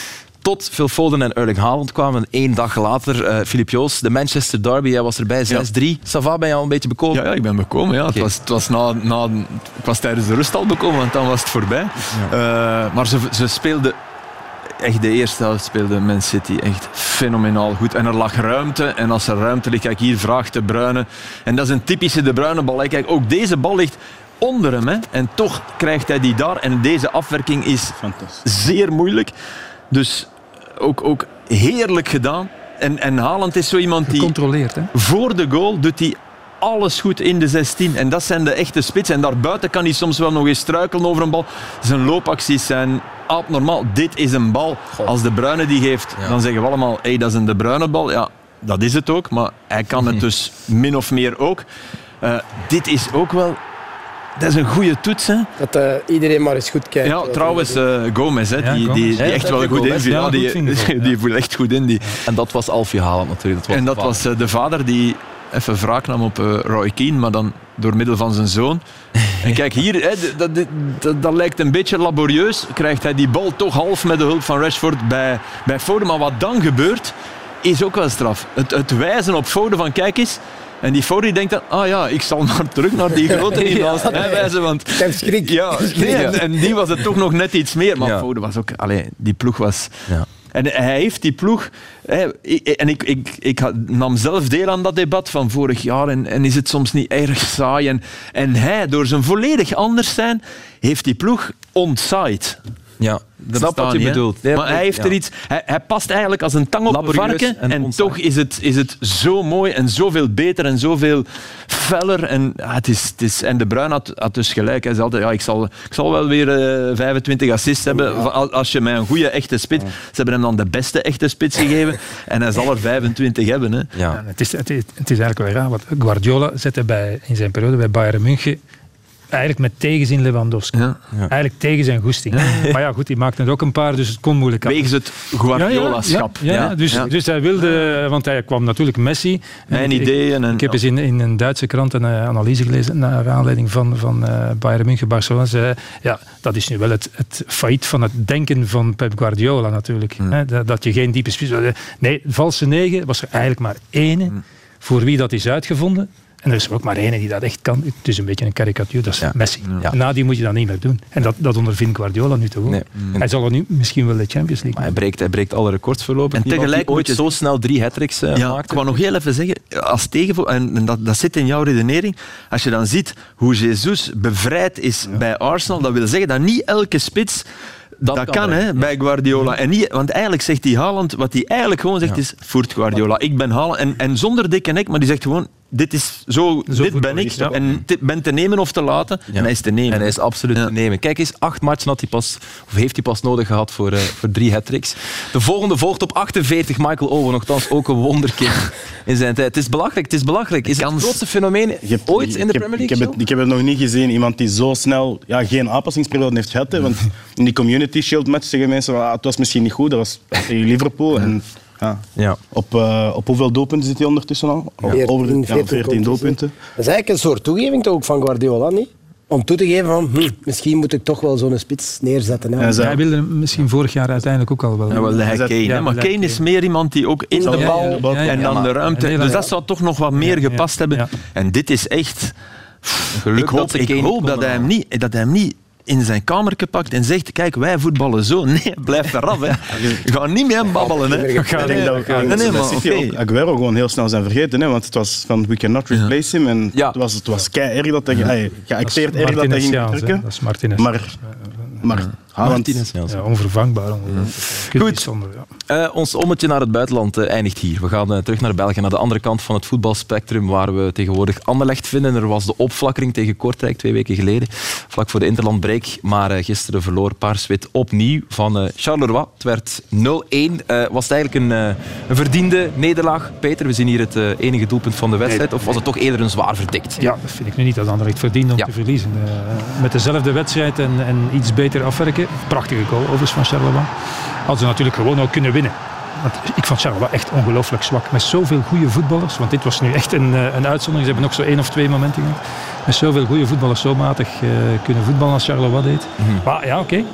Tot Phil Foden en Erling Haaland kwamen. Eén dag later, uh, Filip Joos, de Manchester Derby, jij was erbij, zes drie. Ja. Ça va, ben je al een beetje bekomen? Ja, ja ik ben bekomen. Ja. Okay. Het, was, het was na, na, ik was tijdens de rust al bekomen, want dan was het voorbij. Ja. Uh, maar ze, ze speelden... Echt de eerste helft speelde Man City echt fenomenaal goed. En er lag ruimte. En als er ruimte ligt, kijk hier, vraagt De Bruyne. En dat is een typische De Bruyne bal. Kijk, ook deze bal ligt onder hem. Hè. En toch krijgt hij die daar. En deze afwerking is zeer moeilijk. Dus ook, ook heerlijk gedaan. En, en Haaland is zo iemand die... Gecontroleerd, hè? Voor de goal doet hij alles goed in de zestien. En dat zijn de echte spitsen. En daarbuiten kan hij soms wel nog eens struikelen over een bal. Zijn loopacties zijn abnormaal. Dit is een bal. Als De Bruyne die geeft, ja. dan zeggen we allemaal, hey, dat is een De Bruyne bal. Ja, dat is het ook. Maar hij kan het dus min of meer ook. Uh, dit is ook wel... Dat is een goede toets, hè? Dat uh, iedereen maar eens goed kijkt. Ja, trouwens, uh, Gomez, hè, die, die, die, die echt wel goed in. Ja, die, die, die voelt echt goed in. Die. En dat was Alfie Haaland natuurlijk. Dat was en dat was uh, de vader die even wraak nam op uh, Roy Keane, maar dan door middel van zijn zoon. En kijk hier, hè, dat, dat, dat, dat lijkt een beetje laborieus. Krijgt hij die bal toch half met de hulp van Rashford bij, bij Foden. Maar wat dan gebeurt, is ook wel straf. Het, het wijzen op Foden van kijk eens. En die Foden denkt dan, ah ja, ik zal maar terug naar die grote die naast mij wijzen. Want, ik heb schrik. Ja, nee, en, en die was het toch nog net iets meer. Maar ja. Foden was ook... Allee, die ploeg was... Ja. En hij heeft die ploeg... Hè, en ik, ik, ik nam zelf deel aan dat debat van vorig jaar. En, en is het soms niet erg saai? En, en hij, door zijn volledig anders zijn, heeft die ploeg ontsaaid. Ja, dat snap wat je niet, bedoelt. Nee, maar hij heeft ja. er iets... Hij, hij past eigenlijk als een tang op een varken. En, en toch is het, is het zo mooi en zoveel beter en zoveel feller. En, ja, het is, het is, en De Bruyne had, had dus gelijk. Hij zei altijd, ja, ik, zal, ik zal wel weer uh, vijfentwintig assists hebben. Ja. Als je mij een goede echte spits... Ja. Ze hebben hem dan de beste echte spits gegeven. En hij zal er vijfentwintig hebben. Hè. Ja. Ja, het, is, het, is, het is eigenlijk wel raar. Want Guardiola zette bij, in zijn periode bij Bayern München... Eigenlijk met tegenzin Lewandowski. Ja, ja. Eigenlijk tegen zijn goesting. Ja. Maar ja, goed, die maakte er ook een paar, dus het kon moeilijk. Wegens het Guardiola-schap. Ja, ja, ja, ja, dus, ja. dus hij wilde... Want hij kwam natuurlijk Messi. Mijn ideeën. En, ik heb eens in, in een Duitse krant een uh, analyse gelezen naar aanleiding van, van uh, Bayern München, Barcelona. Zei, ja, dat is nu wel het, het failliet van het denken van Pep Guardiola natuurlijk. Mm. Hè, dat, dat je geen diepe spits... Nee, valse negen was er eigenlijk maar ene mm. voor wie dat is uitgevonden. En er is ook maar één die dat echt kan. Het is een beetje een karikatuur, dat is ja. Messi. Ja. En na die moet je dat niet meer doen. En dat, dat ondervindt Guardiola nu toch ook. Nee. Mm. Hij zal er nu misschien wel de Champions League maar hij breekt, hij breekt alle records voorlopig. En tegelijk ooit je... zo snel drie hat-tricks uh, ja, maakte. Ik wou nog heel even zeggen, als tegenvoer, en dat, dat zit in jouw redenering, als je dan ziet hoe Jesus bevrijd is ja. bij Arsenal, dat wil zeggen dat niet elke spits... Dat, dat kan, kan hè, bij Guardiola. En niet, want eigenlijk zegt die Haaland, wat hij eigenlijk gewoon zegt, ja. is voert Guardiola. Ik ben Haaland. En, en zonder dikke nek, maar die zegt gewoon, dit is zo, zo dit ben ik. Ja. En dit ben te nemen of te laten. Ja. En hij is te nemen. En hij is absoluut ja. te nemen. Kijk eens, acht matchen had hij pas, of heeft hij pas nodig gehad voor, uh, voor drie hat-tricks. De volgende volgt op achtenveertig, Michael Owen, nogthans ook een wonderkind in zijn tijd. Het is belachelijk, het is belachelijk. Is het het grootste fenomeen hebt, ooit in de heb, Premier League? Ik heb, het, ik heb het nog niet gezien, iemand die zo snel ja, geen aanpassingsperiode heeft gehad. Hè, want in die Community Shield match zeggen mensen, ah, het was misschien niet goed, dat was tegen Liverpool. En, ja. Ja. Op, uh, op hoeveel doelpunten zit hij ondertussen al? veertien, Over ja, veertien doelpunten. Dat is eigenlijk een soort toegeving ook van Guardiola, niet? Om toe te geven van, hm, misschien moet ik toch wel zo'n spits neerzetten. Hè. Ja, hij wilde misschien vorig jaar uiteindelijk ook al wel. Ja, wel hij Kane, ja, maar Kane is meer iemand die ook in de bal ja, ja, ja, ja, en dan ja, de ruimte. Dus dat zou toch nog wat meer ja, gepast ja, hebben. Ja. En dit is echt... Geluk ik hoop, dat, ik hoop dat, hij hem niet, dat hij hem niet in zijn kamertje pakt en zegt, kijk, wij voetballen zo. Nee, blijf eraf. Hè. Ga niet meer babbelen. Hè. Ik denk dat we nee, nee, maar, okay. Aguero gewoon heel snel zijn vergeten. Hè, want het was van, we cannot replace him. En ja. het was, het was kei erg dat hij... Ja. Geacteerd erg dat hij ging vertrekken. Dat is Martinez. Maar... maar Martinez, ja, onvervangbaar. Ja. Goed, zonder, ja. uh, ons ommetje naar het buitenland uh, eindigt hier. We gaan uh, terug naar België, naar de andere kant van het voetbalspectrum, waar we tegenwoordig Anderlecht vinden. Er was de opflakkering tegen Kortrijk twee weken geleden, vlak voor de interlandbreak. Maar uh, gisteren verloor Paars-Wit opnieuw van uh, Charleroi. Het werd nul één. Uh, was het eigenlijk een, uh, een verdiende nederlaag? Peter, we zien hier het uh, enige doelpunt van de wedstrijd. Of was het toch eerder een zwaar verdikt? Ja, dat vind ik nu niet dat Anderlecht verdiende om ja. te verliezen. Uh, met dezelfde wedstrijd en, en iets beter afwerken. Prachtige goal overigens van Charleroi. Hadden ze natuurlijk gewoon ook kunnen winnen. Want ik vond Charleroi echt ongelooflijk zwak. Met zoveel goede voetballers. Want dit was nu echt een, een uitzondering. Ze hebben nog zo één of twee momenten gehad. Met zoveel goede voetballers zo matig uh, kunnen voetballen als Charleroi deed. Mm-hmm. Maar ja, oké. Okay.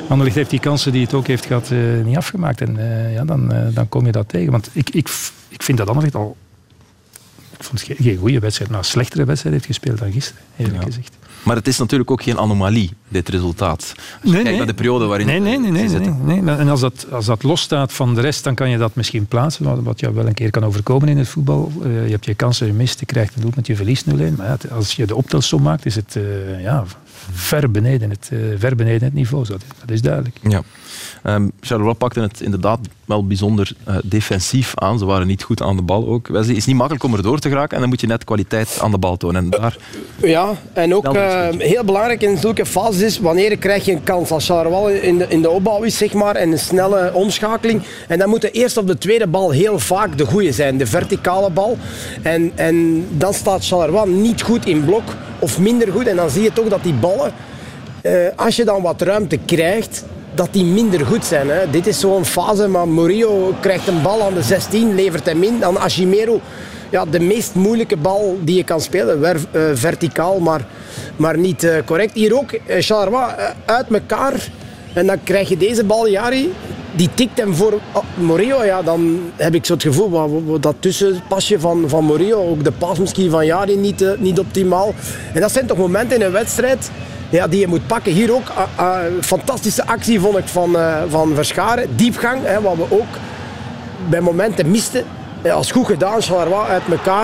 Anderlecht heeft die kansen die het ook heeft gehad uh, niet afgemaakt. En uh, ja, dan, uh, dan kom je dat tegen. Want ik, ik, ik vind dat Anderlecht al... Ik vond het geen goede wedstrijd, maar een slechtere wedstrijd heeft gespeeld dan gisteren, eerlijk ja. gezegd. Maar het is natuurlijk ook geen anomalie, dit resultaat. Als je nee, kijkt nee. naar de periode waarin nee, nee, nee, nee, zitten. Nee, nee. En als dat, als dat losstaat van de rest, dan kan je dat misschien plaatsen. Wat, wat jou wel een keer kan overkomen in het voetbal. Uh, je hebt je kansen gemist, je krijgt een doelpunt, je verliest nul een. Maar ja, als je de optelsom maakt, is het uh, ja, ver, beneden het, uh, ver beneden het niveau. Dat, dat is duidelijk. Ja. Um, Charleroi pakte het inderdaad wel bijzonder uh, defensief aan. Ze waren niet goed aan de bal ook. Het is niet makkelijk om erdoor te geraken en dan moet je net kwaliteit aan de bal tonen. En daar... Ja, en ook uh, heel belangrijk in zulke fases is wanneer krijg je een kans. Als Charleroi in de, in de opbouw is, zeg maar, en een snelle omschakeling. En dan moet de eerste of de tweede bal heel vaak de goede zijn, de verticale bal. En, en dan staat Charleroi niet goed in blok of minder goed. En dan zie je toch dat die ballen, uh, als je dan wat ruimte krijgt, dat die minder goed zijn. Hè. Dit is zo'n fase, maar Murillo krijgt een bal aan de zestien, levert hem in. Dan Achimero, ja, de meest moeilijke bal die je kan spelen. Wer, uh, verticaal, maar, maar niet uh, correct. Hier ook, uh, Charleroi uh, uit elkaar. En dan krijg je deze bal, Jari, die tikt hem voor uh, Murillo. Ja, dan heb ik zo het gevoel, wat, wat, dat tussenpasje van, van Murillo, ook de pas misschien van Jari niet, uh, niet optimaal. En dat zijn toch momenten in een wedstrijd, ja, die je moet pakken. Hier ook een uh, uh, fantastische actie vond ik van, uh, van Verscharen. Diepgang, hè, wat we ook bij momenten misten. Ja, als goed gedaan, Charleroi uit elkaar.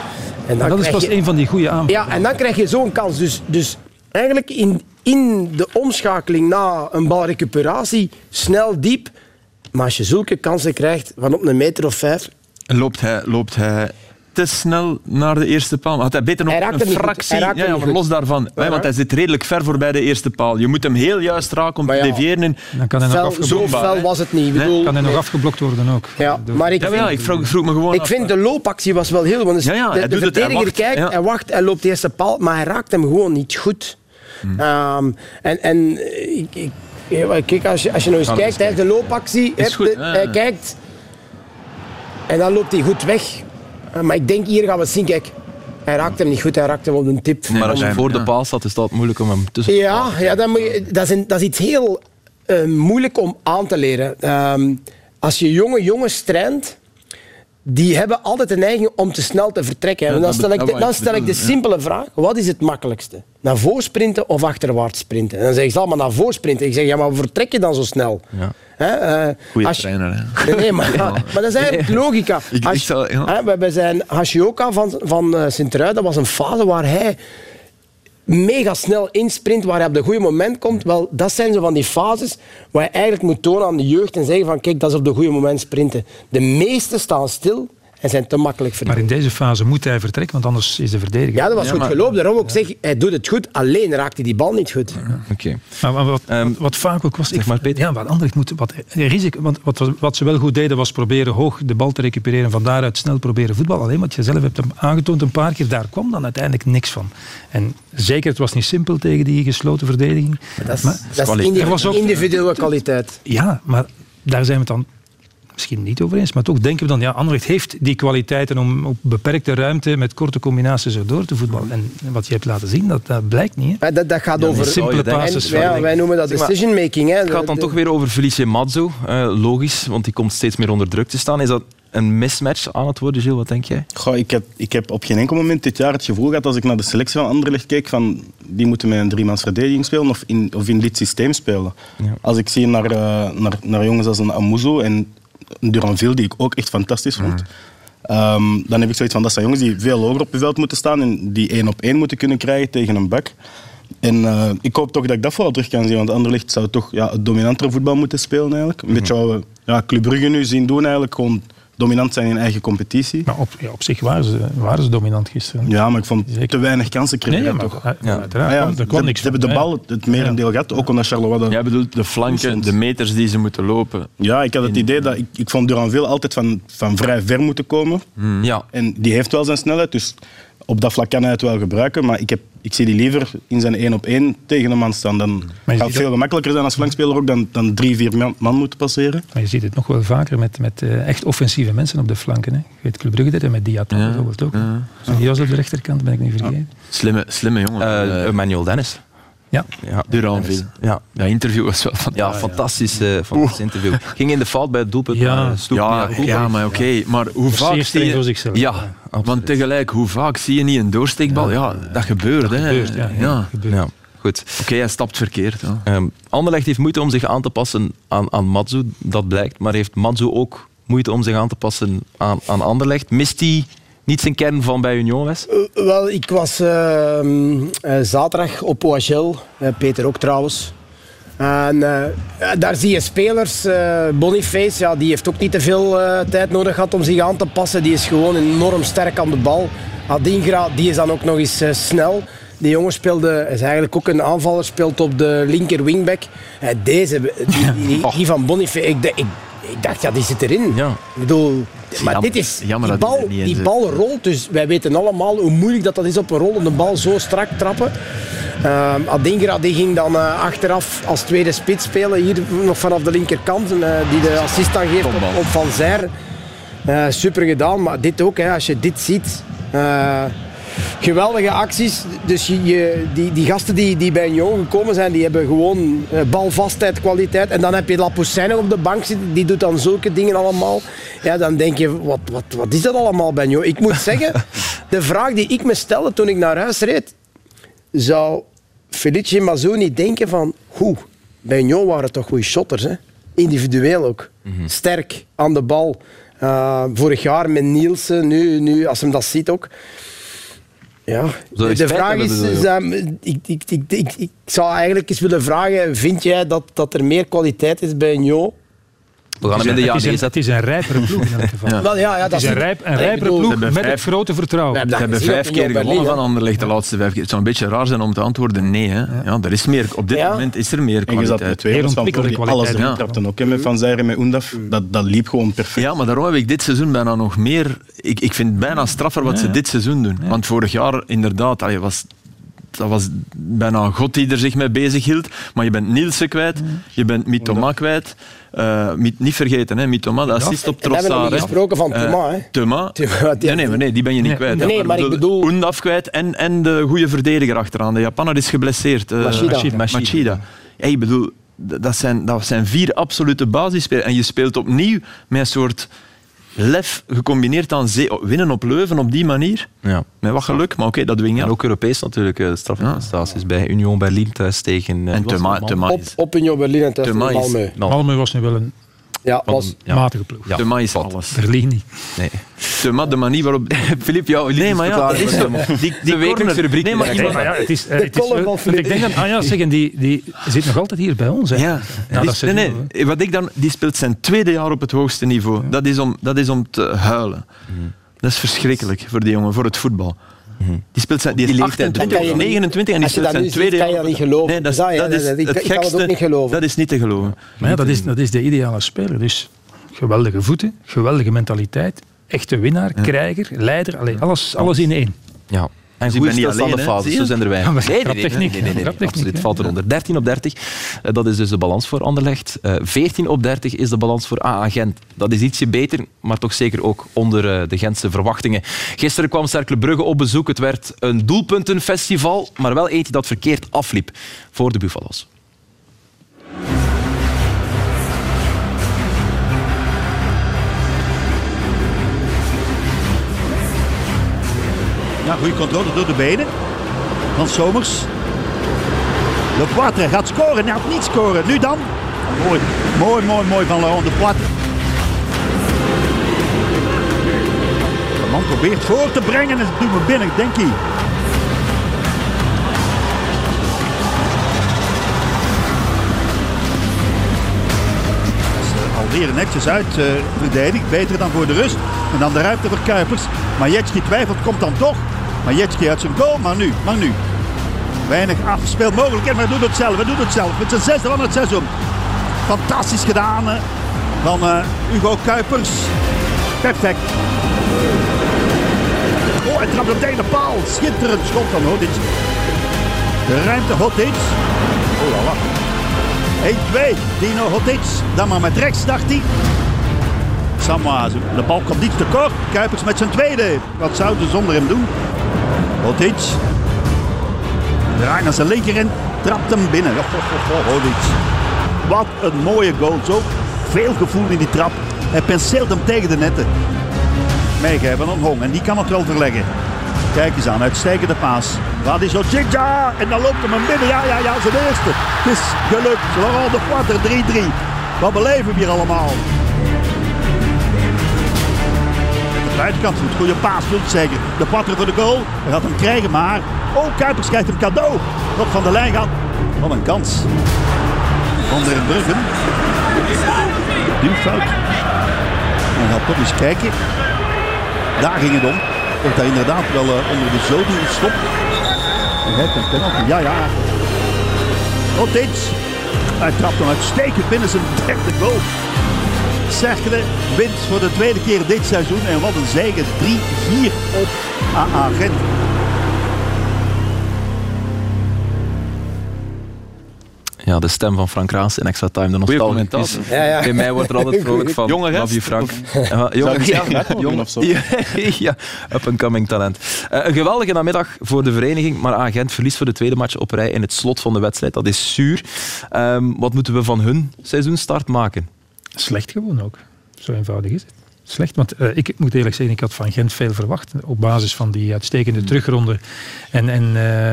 En dan dat is pas je... een van die goede aanvallen. Ja, en dan krijg je zo'n kans. Dus, dus eigenlijk in, in de omschakeling na een balrecuperatie, snel diep. Maar als je zulke kansen krijgt van op een meter of vijf... Loopt hij... Loopt hij... te snel naar de eerste paal. Had hij beter nog hij een fractie... Ja, ja, maar los daarvan. Ja, want hij zit redelijk ver voorbij de eerste paal. Je moet hem heel juist raken om te ja, deviëren. In... Dan kan hij nog fel, zo fel was het niet. Nee? Kan hij nog afgeblokt worden ook. Ja, maar ik, ja, vind, ja, ik vroeg, vroeg me gewoon ik af. vind de loopactie was wel heel... Want ja, ja, de de verdediger het, kijkt, ja. hij wacht, hij loopt de eerste paal, maar hij raakt hem gewoon niet goed. Hmm. Um, en en ik, ik, kijk, als je, als je nou eens ja, kijkt, hij heeft de loopactie, hij, goed, de, ja, ja. hij kijkt en dan loopt hij goed weg. Maar ik denk, hier gaan we het zien, kijk, hij raakt hem niet goed, hij raakt hem op een tip. Nee, maar als je voor de paal staat, is dat moeilijk om hem tussen te Ja, ja dan moet je, dat, is een, dat is iets heel uh, moeilijk om aan te leren. Um, als je jonge jongens traint, die hebben altijd de neiging om te snel te vertrekken. En dan stel ik de, dan stel ik de simpele vraag, wat is het makkelijkste? Naar voren sprinten of achterwaarts sprinten? En dan zeggen ze allemaal naar voren sprinten. Ik zeg, ja, maar vertrek je dan zo snel? Ja. He, uh, Goeie als je, trainer, hè? Nee, nee maar, ja. maar dat is eigenlijk logica. Ik, als, ik zal, ja. he, we zijn Hashioka van, van uh, Sint-Truiden, dat was een fase waar hij mega snel insprint, waar hij op de goede moment komt. Wel, dat zijn zo van die fases waar je eigenlijk moet tonen aan de jeugd en zeggen van, kijk, dat is op de goede moment sprinten. De meesten staan stil en zijn te makkelijk verdiend. Maar in deze fase moet hij vertrekken, want anders is de verdediger... Ja, dat was ja, goed maar... gelopen. Daarom ook zeg, hij doet het goed, alleen raakt hij die bal niet goed. Ja, Oké. Okay. Maar, maar wat, um, wat, wat vaak ook was... Zeg maar, Peter. Ja, wat Anderlecht moet... Wat, risico, want wat, wat ze wel goed deden, was proberen hoog de bal te recupereren, van daaruit snel proberen voetbal. Alleen wat je zelf hebt aangetoond een paar keer, daar kwam dan uiteindelijk niks van. En zeker, het was niet simpel tegen die gesloten verdediging. Maar dat is, maar, dat is individu- was ook, individuele kwaliteit. Ja, maar daar zijn we het dan... misschien niet over eens, maar toch denken we dan, ja, Anderlecht heeft die kwaliteiten om op beperkte ruimte met korte combinaties erdoor te voetballen. En wat je hebt laten zien, dat, dat blijkt niet. Hè. Dat, dat gaat ja, over simpele passes. En, ja, wij noemen dat decision making. Hè. Het gaat dan de, toch weer over Felice Mazzo, uh, logisch, want die komt steeds meer onder druk te staan. Is dat een mismatch aan het worden, Gilles? Wat denk jij? Goh, ik, heb, ik heb op geen enkel moment dit jaar het gevoel gehad, als ik naar de selectie van Anderlecht keek, van die moeten met een driemans verdediging spelen of in, of in dit systeem spelen. Ja. Als ik zie naar, uh, naar, naar jongens als een Amuzo en Duranville, die ik ook echt fantastisch vond. Mm. Um, dan heb ik zoiets van, dat zijn jongens die veel hoger op het veld moeten staan en die één op één moeten kunnen krijgen tegen een bak. En uh, ik hoop toch dat ik dat vooral terug kan zien, want Anderlecht zou toch ja, het dominantere voetbal moeten spelen eigenlijk. Een mm. beetje wat we ja, Club Brugge nu zien doen eigenlijk, gewoon dominant zijn in eigen competitie. Maar op, ja, op zich waren ze, waren ze dominant gisteren. Ja, maar ik vond Zeker. te weinig kansen kregen. Nee, maar, toch? Ja, ja. Ja, ja, er kwam ze, niks ze hebben de bal het merendeel gehad, ook omdat Charleroi... Dat Jij bedoelt de flanken, de meters die ze moeten lopen. Ja, ik had het idee dat... Ik, ik vond Duranville altijd van, van vrij ver moeten komen. Hmm. Ja. En die heeft wel zijn snelheid, dus op dat vlak kan hij het wel gebruiken. Maar ik, heb, ik zie die liever in zijn één op één tegen een man staan. Dan gaat het veel gemakkelijker zijn als flankspeler ook dan, dan drie, vier man, man moeten passeren. Maar je ziet het nog wel vaker met, met uh, echt offensieve mensen op de flanken. Hè. Je weet Club Brugge dit en met Diatta ja. bijvoorbeeld ook. Ja. Die was op de rechterkant, ben ik niet vergeten. Ja. Slimme, slimme jongen. Uh, Emmanuel Dennis. Ja, ja. Duranville. Ja. Dat interview was wel van... Ja, fantastisch, uh, fantastisch interview. Ging in de fout bij het doelpunt. Ja, maar, uh, ja, ja, ja, maar oké. Okay. Maar hoe vaak zeer zie je... voor zichzelf. Ja, ja, want tegelijk, hoe vaak zie je niet een doorsteekbal? Ja, ja dat gebeurt. Dat hè. gebeurt, ja. ja. ja. ja. Goed. Oké, okay, hij stapt verkeerd. Um, Anderlecht heeft moeite om zich aan te passen aan, aan Matsu, dat blijkt. Maar heeft Matsu ook moeite om zich aan te passen aan, aan Anderlecht? Mist hij niet zijn kern van bij Union, Wes? Uh, wel, ik was uh, uh, zaterdag op O H L, uh, Peter ook trouwens. En uh, daar zie je spelers, uh, Boniface, ja, die heeft ook niet te veel uh, tijd nodig gehad om zich aan te passen. Die is gewoon enorm sterk aan de bal. Adingra, die is dan ook nog eens uh, snel. Die jongen speelde, is eigenlijk ook een aanvaller, speelt op de linker wingback. Uh, deze, die, die, die van Boniface, ik, ik, ik dacht, ja, die zit erin. Ja. Ik bedoel, maar jammer, dit is, jammer die, bal, die bal rolt, dus wij weten allemaal hoe moeilijk dat, dat is op een rollende bal zo strak trappen. Uh, Adingra die ging dan uh, achteraf als tweede spits spelen, hier nog vanaf de linkerkant, uh, die de assist dan geeft op, op Van Zijr. Uh, super gedaan, maar dit ook, hè, als je dit ziet. Uh, geweldige acties. Dus je, je, die, die gasten die, die bij Union gekomen zijn, die hebben gewoon uh, balvastheid, kwaliteit. En dan heb je Lapoussin nog op de bank zitten, die doet dan zulke dingen allemaal. Ja, dan denk je, wat, wat, wat is dat allemaal bij Union? Ik moet zeggen, de vraag die ik me stelde toen ik naar huis reed, zou Felice Mazzoni denken van, hoe, bij Union waren het toch goede shotters, hè? Individueel ook. Mm-hmm. Sterk, aan de bal. Uh, vorig jaar met Nielsen, nu, nu als hem dat ziet ook. Ja, de, de vraag is, is um, ik, ik, ik, ik, ik zou eigenlijk eens willen vragen, vind jij dat, dat er meer kwaliteit is bij Union? We gaan hem in de het, is een, het is een rijpere ploeg in elk geval. Ja. Wel, ja, ja, het dat is een, rijp, een rijpere ploeg met vijf, grote vertrouwen. We hebben vijf keer gewonnen van Anderlecht de laatste vijf keer. Het zou een beetje raar zijn om te antwoorden nee. Hè. Ja, er is meer, op dit ja. moment is er meer kwaliteit. En je zat twee jongens van voor die alles erin trapten. Ook met Van Zijr en met Undaf. Dat, dat liep gewoon perfect. Ja, maar daarom heb ik dit seizoen bijna nog meer... Ik, ik vind het bijna straffer wat ja, ja. ze dit seizoen doen. Ja. Want vorig jaar inderdaad... Allee, was, dat was bijna God die er zich mee bezig hield. Maar je bent Nielsen kwijt. Je bent Mitoma kwijt. Uh, niet vergeten, hè, Mitoma, de assist op Trossard. We hebben nog gesproken van Thomas. Uh, Thomas. Nee, nee, nee, die ben je niet nee, kwijt. Nee, maar ik bedoel... Undaf kwijt en, en de goede verdediger achteraan. De Japaner is geblesseerd. Uh, Machida. Machida. Machida. Hey, ik bedoel, dat zijn, dat zijn vier absolute basisspelers. En je speelt opnieuw met een soort lef gecombineerd aan zee, winnen op Leuven op die manier. Ja. Met wat geluk, maar oké, okay, dat dwing je. En ook Europees natuurlijk, uh, strafprestaties ja. bij Union Berlin thuis tegen... Uh, en Thuma, Thuma op, op Union Berlin en thuis tegen Malmö. Malmö was nu wel een ja, was ja. matige ploeg. Ja. Thuma is alles. Berlin niet. Nee. Thuma, de manier waarop... Filip, jou... Nee, maar ja, dat is zo. Die, die wekelijkse rubriek. Nee, maar, nee, maar ja, het is... Uh, het is wel, ik denk dat... Ah ja, zeggen, die, die zit nog altijd hier bij ons. Hè. Ja. ja die, nee, nee, nee. Wat ik dan... Die speelt zijn tweede jaar op het hoogste niveau. Ja. Dat, is om, dat is om te huilen. Mm. Dat is verschrikkelijk voor die jongen, voor het voetbal. Mm-hmm. Die speelt zijn, die is achtentwintig of negenentwintig en die speelt zijn tweede jaar. Dat kan je niet geloven. Nee, dat is, dat is het gekste. Ik kan het ook niet geloven. Dat is niet te geloven. Maar ja, dat is, dat is de ideale speler. Dus geweldige voeten, geweldige mentaliteit, echte winnaar, ja. krijger, leider, allee, alles, alles in één. Ja. En goede stilstaande fases, zo zijn er weinig. Ja, nee, nee, nee, nee, nee, nee, nee, absoluut, valt eronder. dertien op dertig, dat is dus de balans voor Anderlecht. Uh, veertien op dertig is de balans voor A A Gent. Dat is ietsje beter, maar toch zeker ook onder uh, de Gentse verwachtingen. Gisteren kwam Cercle Brugge op bezoek. Het werd een doelpuntenfestival, maar wel eentje dat verkeerd afliep voor de Buffalo's. Ja, goede controle door de benen van Somers. Le Poitre gaat scoren. Hij gaat niet scoren. Nu dan. Mooi, mooi, mooi, mooi van Laurent de Poitre. De man probeert voor te brengen en ze doen we binnen, denk ik. Alweer netjes uit uh, verdedigd. Beter dan voor de rust. En dan de ruimte voor Kuipers. Majecki twijfelt, komt dan toch. Majecki uit zijn goal, maar nu, maar nu. Weinig afgespeeld mogelijkheid, maar hij doet het zelf, hij doet het zelf. Met zijn zesde van het seizoen. Fantastisch gedaan van uh, Hugo Kuipers. Perfect. Oh, hij trapt hem tegen de paal. Schitterend schot van Hodic. De ruimte Hodic. Oh la la. één twee, Dino Hodic. Dan maar met rechts, dacht hij. Samoise. De bal komt niet te kort. Kuipers met zijn tweede. Wat zou ze zonder hem doen? Hodic. Draait naar zijn linkerin. trapt hem binnen. Oh, oh, oh, oh, iets. Wat een mooie goal. Zo veel gevoel in die trap. Hij penseelt hem tegen de netten. Meegeven van Hong en die kan het wel verleggen. Kijk eens aan, uitstekende paas. Waar is Ojinja? En dan loopt hem hem binnen. Ja, ja, ja, zijn eerste. Het is gelukt. Laurent de Poitre drie drie. Wat beleven we hier allemaal? De buitenkant goed. Goede paas, Lutzeger. De Poitre voor de goal. Hij gaat hem krijgen, maar... Oh, Kuipers krijgt hem cadeau. Nog van de lijn gaat. Wat een kans. Van der Bruggen. Duwfout. En gaat toch eens kijken. Daar ging het om. Wordt hij inderdaad wel uh, onder de zoden gestopt. Hij heeft een penalty. Ja, ja. Rotic. Hij trapt hem uitstekend binnen zijn derde goal. Cercle wint voor de tweede keer dit seizoen. En wat een zege. drie vier op A A Gent. Ja, de stem van Frank Raas in Extra Time, de nostalgie. Ja, ja. Bij mij wordt er altijd vrolijk van. Jonge Love you, Frank. Ja, jonge, ja, jong, of zo. Ja, ja, up-and-coming talent. Uh, een geweldige namiddag voor de vereniging, maar A Gent verliest voor de tweede match op rij in het slot van de wedstrijd. Dat is zuur. Um, wat moeten we van hun seizoenstart maken? Slecht gewoon ook. Zo eenvoudig is het. Slecht, want uh, ik moet eerlijk zeggen, ik had van Gent veel verwacht op basis van die uitstekende terugronde. En, en uh,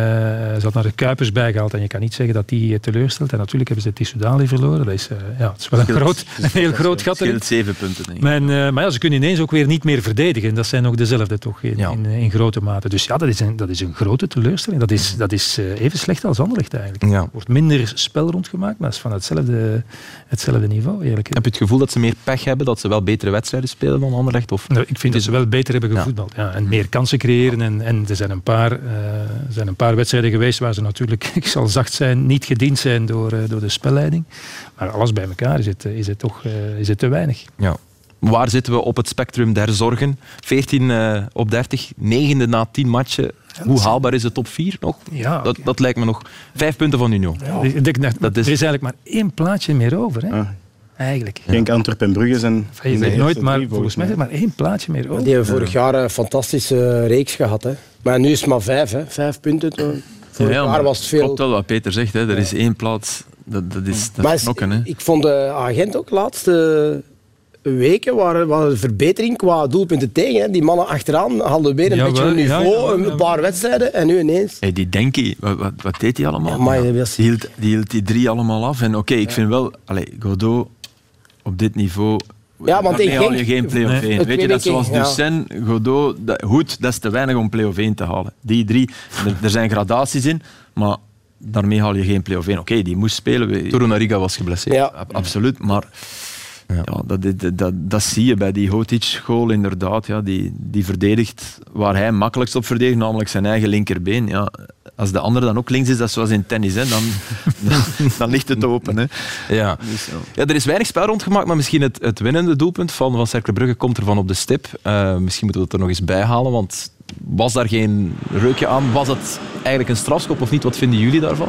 ze had naar de Kuipers bijgehaald en je kan niet zeggen dat die uh, teleurstelt. En natuurlijk hebben ze Tissoudali verloren. Dat is, uh, ja, het is wel een, groot, een heel groot gat. Het scheelt zeven punten, denk ik. Maar, uh, maar ja, ze kunnen ineens ook weer niet meer verdedigen. Dat zijn ook dezelfde toch, in, ja. in, in grote mate. Dus ja, dat is een, dat is een grote teleurstelling. Dat is, dat is uh, even slecht als Anderlecht eigenlijk. Ja. Er wordt minder spel rondgemaakt, maar dat is van hetzelfde, hetzelfde niveau. Eerlijk. Heb je het gevoel dat ze meer pech hebben, dat ze wel betere wedstrijden spelen dan Anderlecht? Of? Nou, ik vind dat ze wel beter hebben gevoetbald. Ja. Ja, en meer kansen creëren. En, en er zijn een, paar, uh, er zijn een paar wedstrijden geweest waar ze natuurlijk, ik zal zacht zijn, niet gediend zijn door, uh, door de spelleiding. Maar alles bij elkaar is het, is het toch uh, is het te weinig. Ja. Waar zitten we op het spectrum der zorgen? veertien uh, op dertig, negende na tien matchen. Hoe haalbaar is de top vier nog? Ja, dat, dat lijkt me nog vijf punten van Union. Ja. Ik denk, dat, dat is... Er is eigenlijk maar één plaatsje meer over. Hè? Ja. Eigenlijk. Ik denk Antwerpen en Brugge zijn... Je zegt nooit, maar drie, volgens mij is er maar één plaatsje meer over. Die hebben vorig jaar een fantastische reeks gehad. Hè. Maar nu is het maar vijf, hè. vijf punten. Vorig ja, jaar was het veel... Klopt wel wat Peter zegt, hè. Er is één plaats. Dat, dat is, dat maar is knokken, hè. Ik vond de agent ook de laatste weken waren, waren een verbetering qua doelpunten tegen. Hè. Die mannen achteraan hadden weer een ja, beetje een niveau, ja, ja, ja. een paar wedstrijden en nu ineens. Hey, die Denki, wat, wat, wat deed hij allemaal? Ja, maar, ja. Die, hield, die hield die drie allemaal af. En oké, okay, ik ja. vind wel, allez, Godot op dit niveau. Ja, want daarmee ik haal denk, je geen play-off één. Nee. Weet je, dat zoals ja. Ducen, Godot, dat, goed, dat is te weinig om play-off één te halen. Die drie, er, er zijn gradaties in, maar daarmee haal je geen play-off één. Oké, okay, die moest spelen. Torunariga was geblesseerd. Ja. A- absoluut, maar ja. Ja, dat, dat, dat, dat zie je bij die Hotic-goal inderdaad. Ja, die, die verdedigt waar hij makkelijkst op verdedigt, namelijk zijn eigen linkerbeen. Ja, als de andere dan ook links is, dat is zoals in tennis, hè, dan, dan, dan ligt het open. Hè. Ja. Dus, ja. Ja, er is weinig spel rondgemaakt, maar misschien het, het winnende doelpunt van, van Cercle Brugge komt er van op de stip. Uh, misschien moeten we het er nog eens bij halen, want was daar geen reukje aan? Was het eigenlijk een strafschop of niet? Wat vinden jullie daarvan?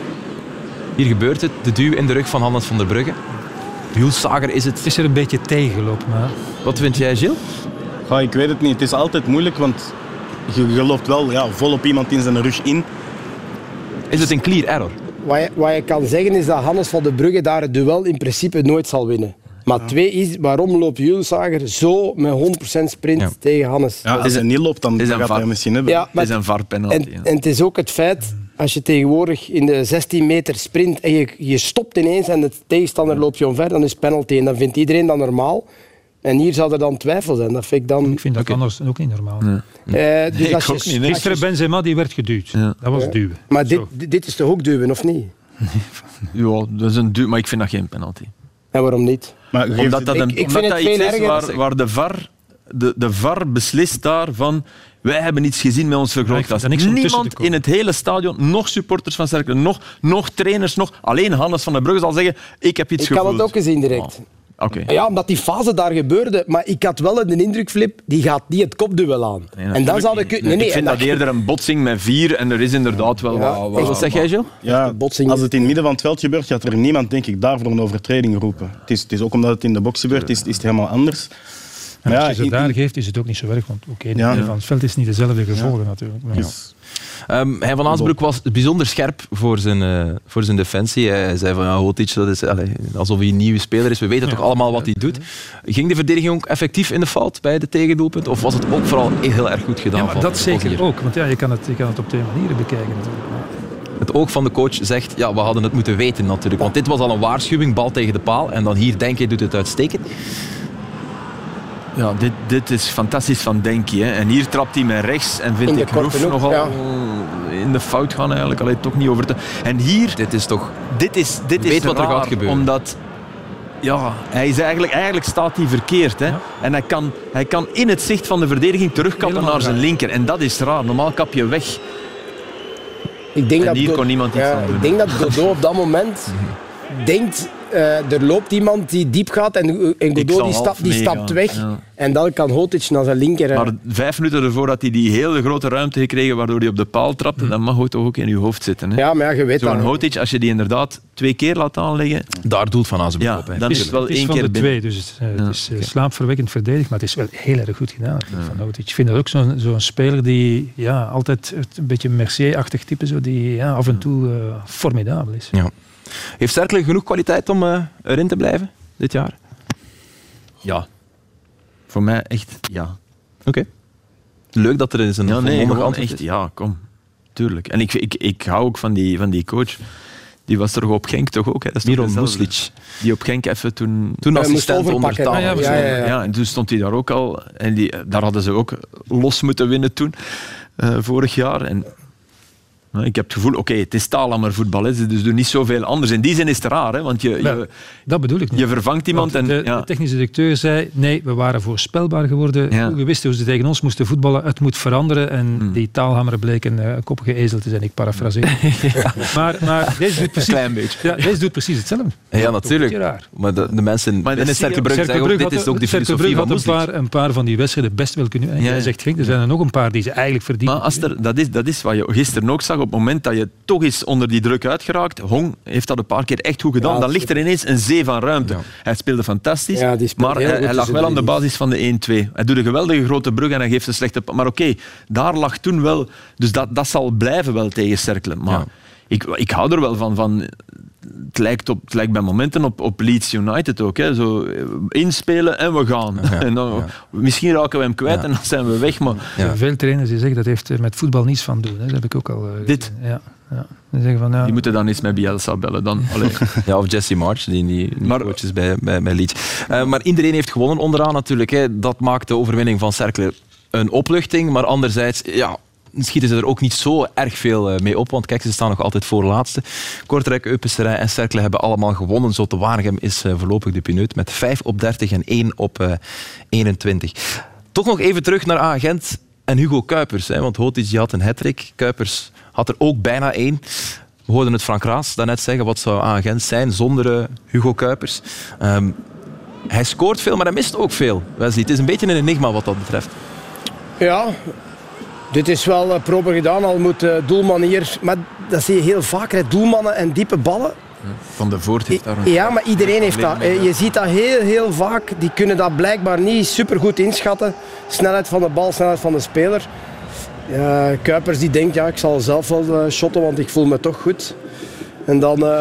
Hier gebeurt het, de duw in de rug van Hannes van der Brugge. Jules Sager is het... Het is er een beetje tegengelopen. Maar... Wat vind jij, Gilles? Ja, ik weet het niet. Het is altijd moeilijk, want je, je loopt wel ja, vol op iemand in zijn rug in. Is het een clear error? Wat je, wat je kan zeggen is dat Hannes van der Brugge daar het duel in principe nooit zal winnen. Maar ja. twee is, waarom loopt Jules Sager zo met honderd procent sprint ja. tegen Hannes? Ja, als hij niet loopt, dan is gaat hij misschien hebben. Ja, het is een V A R-penalty. En, ja. en het is ook het feit... Als je tegenwoordig in de zestien meter sprint en je, je stopt ineens en de tegenstander loopt je omver, dan is penalty. En dan vindt iedereen dat normaal. En hier zou er dan twijfel zijn. Dat vind ik, dan... ik vind dat okay. anders ook niet normaal. Nee. Uh, dus nee, als je, ook niet, nee. Gisteren Benzema die werd geduwd. Ja. Dat was ja. duwen. Maar dit, dit is toch ook duwen, of niet? Ja, dat is een duw, maar ik vind dat geen penalty. En waarom niet? Maar omdat dat, een, ik, ik omdat dat iets is waar, waar de V A R... De, de V A R beslist daarvan... Wij hebben iets gezien met ons vergrootglas. Ja, niemand in het hele stadion, nog supporters van Cercle, nog, nog trainers, nog... Alleen Hannes van der Brugge zal zeggen, ik heb iets ik gevoeld. Ik kan het ook eens zien direct. Oh. Okay. Ja, omdat die fase daar gebeurde. Maar ik had wel de indruk, Flip, die gaat niet het kopduel aan. Nee, en dan zou ik... Nee, nee, ik vind dat, dat eerder een botsing met vier en er is inderdaad wel ja, wat... Wat, wat zeg jij, Jo? Ja, als het in het midden van het veld gebeurt, gaat er niemand, denk ik, daarvoor een overtreding roepen. Het is, het is ook omdat het in de box gebeurt, is, is het helemaal anders. En als je ze daar geeft, is het ook niet zo erg. Want oké, okay, ja. van het veld is niet dezelfde gevolgen ja. natuurlijk. Maar dus, Um, Hein van Aensbroek was bijzonder scherp voor zijn, uh, voor zijn defensie. Hij zei van, ja, Hotić, dat is allez, alsof hij een nieuwe speler is. We weten ja. toch allemaal wat hij doet. Ging de verdediging ook effectief in de fout bij de tegendoelpunt? Of was het ook vooral heel erg goed gedaan? Ja, maar van dat zeker Ogier? ook. Want ja, je kan het, je kan het op twee manieren bekijken. Het oog van de coach zegt, ja, we hadden het moeten weten natuurlijk. Want dit was al een waarschuwing, bal tegen de paal. En dan hier, denk je, doet het uitstekend. Ja, dit, dit is fantastisch van Denkie. Hè. En hier trapt hij met rechts en vind ik Roef nogal ja. in de fout gaan eigenlijk. Allee, toch niet over te... En hier... Dit is toch... Dit is, dit is weet wat er raar, gaat gebeuren. Omdat... Ja, hij is eigenlijk, eigenlijk staat hij verkeerd. Hè. Ja. En hij kan, hij kan in het zicht van de verdediging terugkappen Helemaal naar zijn raar. linker. En dat is raar. Normaal kap je weg. Ik denk en dat hier God, kon niemand iets ja, aan doen. Ik denk dat Godot op dat moment denkt... Uh, er loopt iemand die diep gaat en, en Godot die, stap, die stapt weg. Ja. En dan kan Hotić naar zijn linker. Maar vijf minuten ervoor had hij die hele grote ruimte gekregen waardoor hij op de paal trapte. Mm. Dan mag het toch ook in je hoofd zitten. Hè? Ja, maar ja, je weet Zo'n Hotić, als je die inderdaad twee keer laat aanleggen... Daar doelt Van Aensbroek ja, op. Hè. Dan is het wel het is één van keer de binnen. twee, dus het, uh, ja. het is uh, slaapverwekkend verdedigd, maar het is wel heel erg goed gedaan. Ja. Van Hotić. Ik vind dat ook zo'n, zo'n speler die ja, altijd een beetje Mercier-achtig type, zo, die ja, af en toe uh, formidabel is. Ja. Heeft Cercle genoeg kwaliteit om uh, erin te blijven dit jaar? Ja. Voor mij echt ja. Oké. Okay. Leuk dat er is een ja, nee, gewoon echt, is. Ja, kom. Tuurlijk. En ik, ik, ik hou ook van die, van die coach. Die was er op Genk toch ook? Hè? Dat is Miron Muslic. Die op Genk even toen... Toen ja, assistent onder taal. Ah, ja, ja, ja, ja. ja, en toen stond hij daar ook al. En die, daar hadden ze ook los moeten winnen toen. Uh, vorig jaar. En ik heb het gevoel, oké, okay, het is taalhammer voetbal, hè, dus doe niet zoveel anders. In die zin is het raar, hè, want je, je, ja, dat bedoel ik niet. Je vervangt iemand en... De, ja. de technische directeur zei, nee, we waren voorspelbaar geworden. Ja. We wisten hoe ze tegen ons moesten voetballen. Het moet veranderen. En hmm. die taalhammer bleek een uh, koppige ezel te zijn. Ik parafraseer. ja. Maar, maar deze doet precies, klein beetje. Ja, deze doet precies hetzelfde. Ja, natuurlijk. Maar de, de mensen maar in Cercle Brugge zeggen ook, dit is ook de filosofie van Muslic. Had een paar, een paar van die wedstrijden best wel kunnen... En ja. jij zegt, er zijn er nog een paar die ze eigenlijk verdienen. Maar als er, dat, is, dat is wat je gisteren ook zag. Op het moment dat je toch eens onder die druk uitgeraakt. Hong heeft dat een paar keer echt goed gedaan. Ja, dan ligt er ineens een zee van ruimte. Ja. Hij speelde fantastisch, ja, maar hij, hij lag wel aan de basis van de één twee. Hij doet een geweldige grote brug en hij geeft een slechte... Maar oké, okay, daar lag toen wel... Dus dat, dat zal blijven wel tegen Cercle. Maar ja. ik, ik hou er wel van... van het, lijkt op, het lijkt bij momenten op, op Leeds United ook. Hè. Zo inspelen en we gaan. Ja, en dan, ja. Misschien raken we hem kwijt ja. en dan zijn we weg. Maar... Ja. Veel trainers die zeggen dat heeft met voetbal niets van doen. Hè. Dat heb ik ook al uh, Dit? Ja. Ja. Die, zeggen van, ja. die moeten dan eens met Bielsa bellen. Dan. ja, of Jesse March, die, die, die maar, coach is bij, bij, bij Leeds. Uh, maar iedereen heeft gewonnen onderaan natuurlijk. Hè. Dat maakt de overwinning van Cercle een opluchting. Maar anderzijds... Ja, schieten ze er ook niet zo erg veel mee op, want kijk, ze staan nog altijd voorlaatste. Kortrijk, Eupen en Cercle hebben allemaal gewonnen. Zo te Waregem is voorlopig de pineut met vijf op dertig en één op eenentwintig. Toch nog even terug naar Agent en Hugo Kuipers, hè, want Hotić had een hat-trick. Kuipers had er ook bijna één. We hoorden het Frank Raas daarnet zeggen, wat zou Agent zijn zonder uh, Hugo Kuipers. Um, hij scoort veel, maar hij mist ook veel. Wesley, het is een beetje een enigma wat dat betreft. Ja... Dit is wel uh, proper gedaan, al moet uh, doelman hier... Maar dat zie je heel vaak, hè, doelmannen en diepe ballen. Van de Voort heeft daar een... Ja, maar iedereen heeft dat. Mee, je ziet dat heel, heel vaak. Die kunnen dat blijkbaar niet supergoed inschatten. Snelheid van de bal, snelheid van de speler. Uh, Kuipers die denkt, ja, ik zal zelf wel uh, shotten, want ik voel me toch goed. En dan... Uh,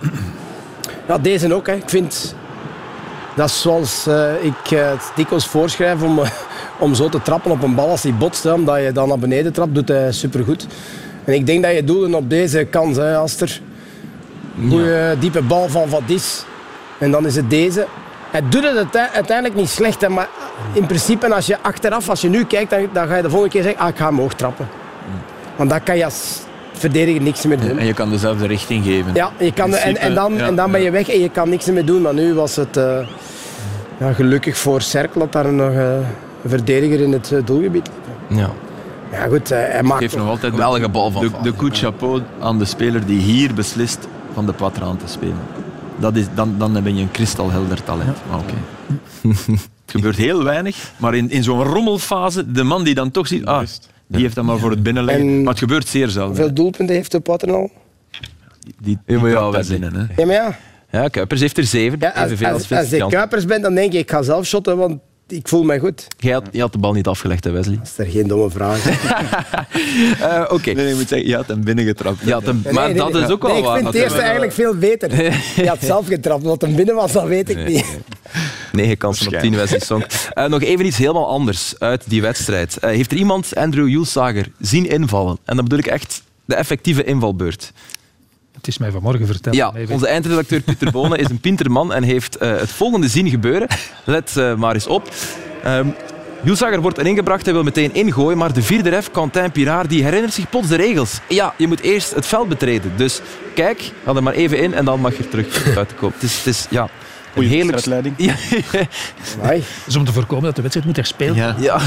ja, deze ook, hè. Ik vind... Dat is zoals uh, ik uh, het dikwijls voorschrijf om... Uh, om zo te trappen op een bal als die botst, hè, omdat je dan naar beneden trapt, doet hij supergoed. En ik denk dat je doelen op deze kans, hè, Aster. Goeie ja. diepe bal van Vadis. En dan is het deze. Hij doet het uiteindelijk niet slecht, hè, maar in principe als je achteraf, als je nu kijkt, dan, dan ga je de volgende keer zeggen, ah, ik ga hem hoog trappen. Want dan kan je als verdediger niks meer doen. En je kan dezelfde richting geven. Ja, je kan, principe, en, en, dan, ja, en dan ben je weg en je kan niks meer doen. Maar nu was het uh, ja, gelukkig voor Cercle dat daar nog... Uh, een verdediger in het doelgebied. Ja. Ja goed, hij maakt... Geeft nog altijd wel een bal van de, de coup de chapeau aan de speler die hier beslist van de Poitraan te spelen. Dat is, dan, dan ben je een kristalhelder talent. Ja. Maar oké. Okay. Het gebeurt heel weinig, maar in, in zo'n rommelfase, de man die dan toch ziet, ah, die heeft dat maar voor het binnenleggen. En maar het gebeurt zeer zelden. Hoeveel doelpunten heeft de Poitraan al? Die, die ja, ja, daar zinnen, hè. Ja, maar ja. Ja, Kuipers heeft er zeven. Ja, als, als, als, als je Kuipers bent, dan denk je, ik ga zelf shotten, want ik voel mij goed. Jij had, je had de bal niet afgelegd, hè, Wesley? Dat is er geen domme vraag. uh, Oké. Okay. Nee, je moet zeggen, je had hem binnengetrapt. Ja, hem, nee, maar nee, dat nee, is ook wel nee, waar. Ik vind het eerste eigenlijk veel beter. Je had zelf getrapt. Wat hem binnen was, dat weet ik nee, niet. Nee. Negen kansen op tien, Wesley Sonk. Uh, nog even iets helemaal anders uit die wedstrijd. Uh, heeft er iemand Andrew Julsager zien invallen? En dan bedoel ik echt de effectieve invalbeurt. Het is mij vanmorgen verteld. Ja, onze eindredacteur Pieter Bonen is een pinterman en heeft uh, het volgende zien gebeuren. Let uh, maar eens op. Um, Julsager wordt erin gebracht, hij wil meteen ingooien, maar de vierde ref, Quentin Pirard, die herinnert zich plots de regels. Ja, je moet eerst het veld betreden. Dus kijk, ga er maar even in en dan mag je terug buiten komen. Het is, het is ja... Goeie heerlijk uitleiding. Ja. Dat is om te voorkomen dat de wedstrijd moet herspeeld worden. Ja.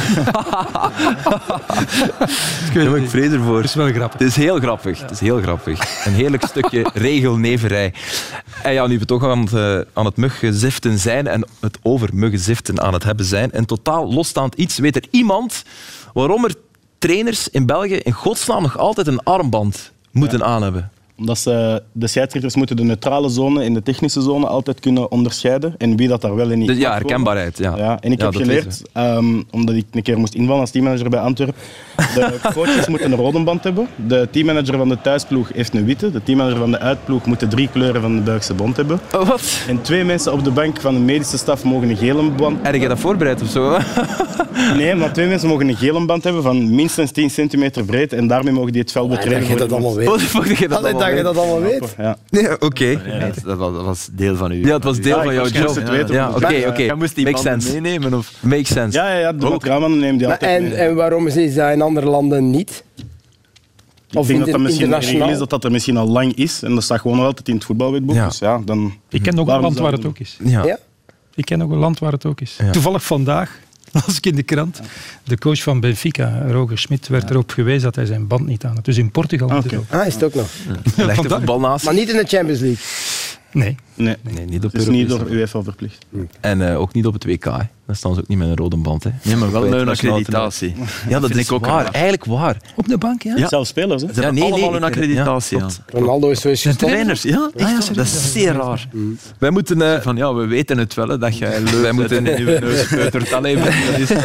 ja. Ik vrees ervoor. Het is wel grappig. Het is heel grappig. Het is heel grappig. Een heerlijk stukje regelneverij. En ja, nu we toch aan het, uh, aan het muggenziften zijn en het over muggenziften aan het hebben zijn, en totaal losstaand iets, weet er iemand waarom er trainers in België in godsnaam nog altijd een armband moeten ja. aan hebben? Omdat ze, de scheidsrechters moeten de neutrale zone en de technische zone altijd kunnen onderscheiden. En wie dat daar wel en niet dus ja, herkenbaarheid. Ja. Ja, en ik ja, heb geleerd, um, omdat ik een keer moest invallen als teammanager bij Antwerpen, de coaches moeten een rode band hebben. De teammanager van de thuisploeg heeft een witte. De teammanager van de uitploeg moet de drie kleuren van de Belgische bond hebben. Oh, wat? En twee mensen op de bank van de medische staf mogen een gele band. Heb je dat voorbereid of zo? Nee, maar twee mensen mogen een gele band hebben van minstens tien centimeter breed en daarmee mogen die het veld betreden. Dat je dat allemaal weet. Oh, dat je dat allemaal dat je dat allemaal weet. Ja. Nee, oké. Okay. Ja, dat, was, dat was deel van u. Ja, het was deel ja, van jouw job. Het weten, ja, oké, oké. Je moest die Makes sense. meenemen of? Makes sense. Ja, ja, ja, de materiaalman neemt die altijd en, mee. en waarom is dat in andere landen niet? Ik Of denk dat dat misschien een internationaal? regel is dat dat er misschien al lang is. En dat staat gewoon nog altijd in het voetbalwetboek. Ja. Dus ja, dan... Ik ken nog een land waar het ook is. Ja. Ja? Ik ken nog een land waar het ook is. Ja. Toevallig vandaag las ik in de krant, de coach van Benfica, Roger Schmidt, werd erop gewezen dat hij zijn band niet aan had. Dus in Portugal moet Okay. het ook. Ah, is het ook nog. Ja. Leg de voetbal naast. Maar niet in de Champions League. Nee. Nee, Nee, niet op het is niet Europees door UEFA verplicht. En uh, ook niet op het W K. Hè. Dan staan ze ook niet met een rode band. Hè. Nee, maar wel Bij het een nationaal accreditatie. toernooi. Ja, dat Vind is ik ook waar. raar. Eigenlijk waar. Op de bank, ja? Ja. Zelfs spelers, hè? Ze hebben nee, nee, allemaal ik- een accreditatie. ja, Ja, klopt. Ronaldo is zo eens gestopt. trainers, ja? Ah, ja, dat is zeer raar. Wij moeten... Uh, Van ja, we weten het wel, hè, dat jij leuk Wij moeten- en uw neus peutert alleen maar.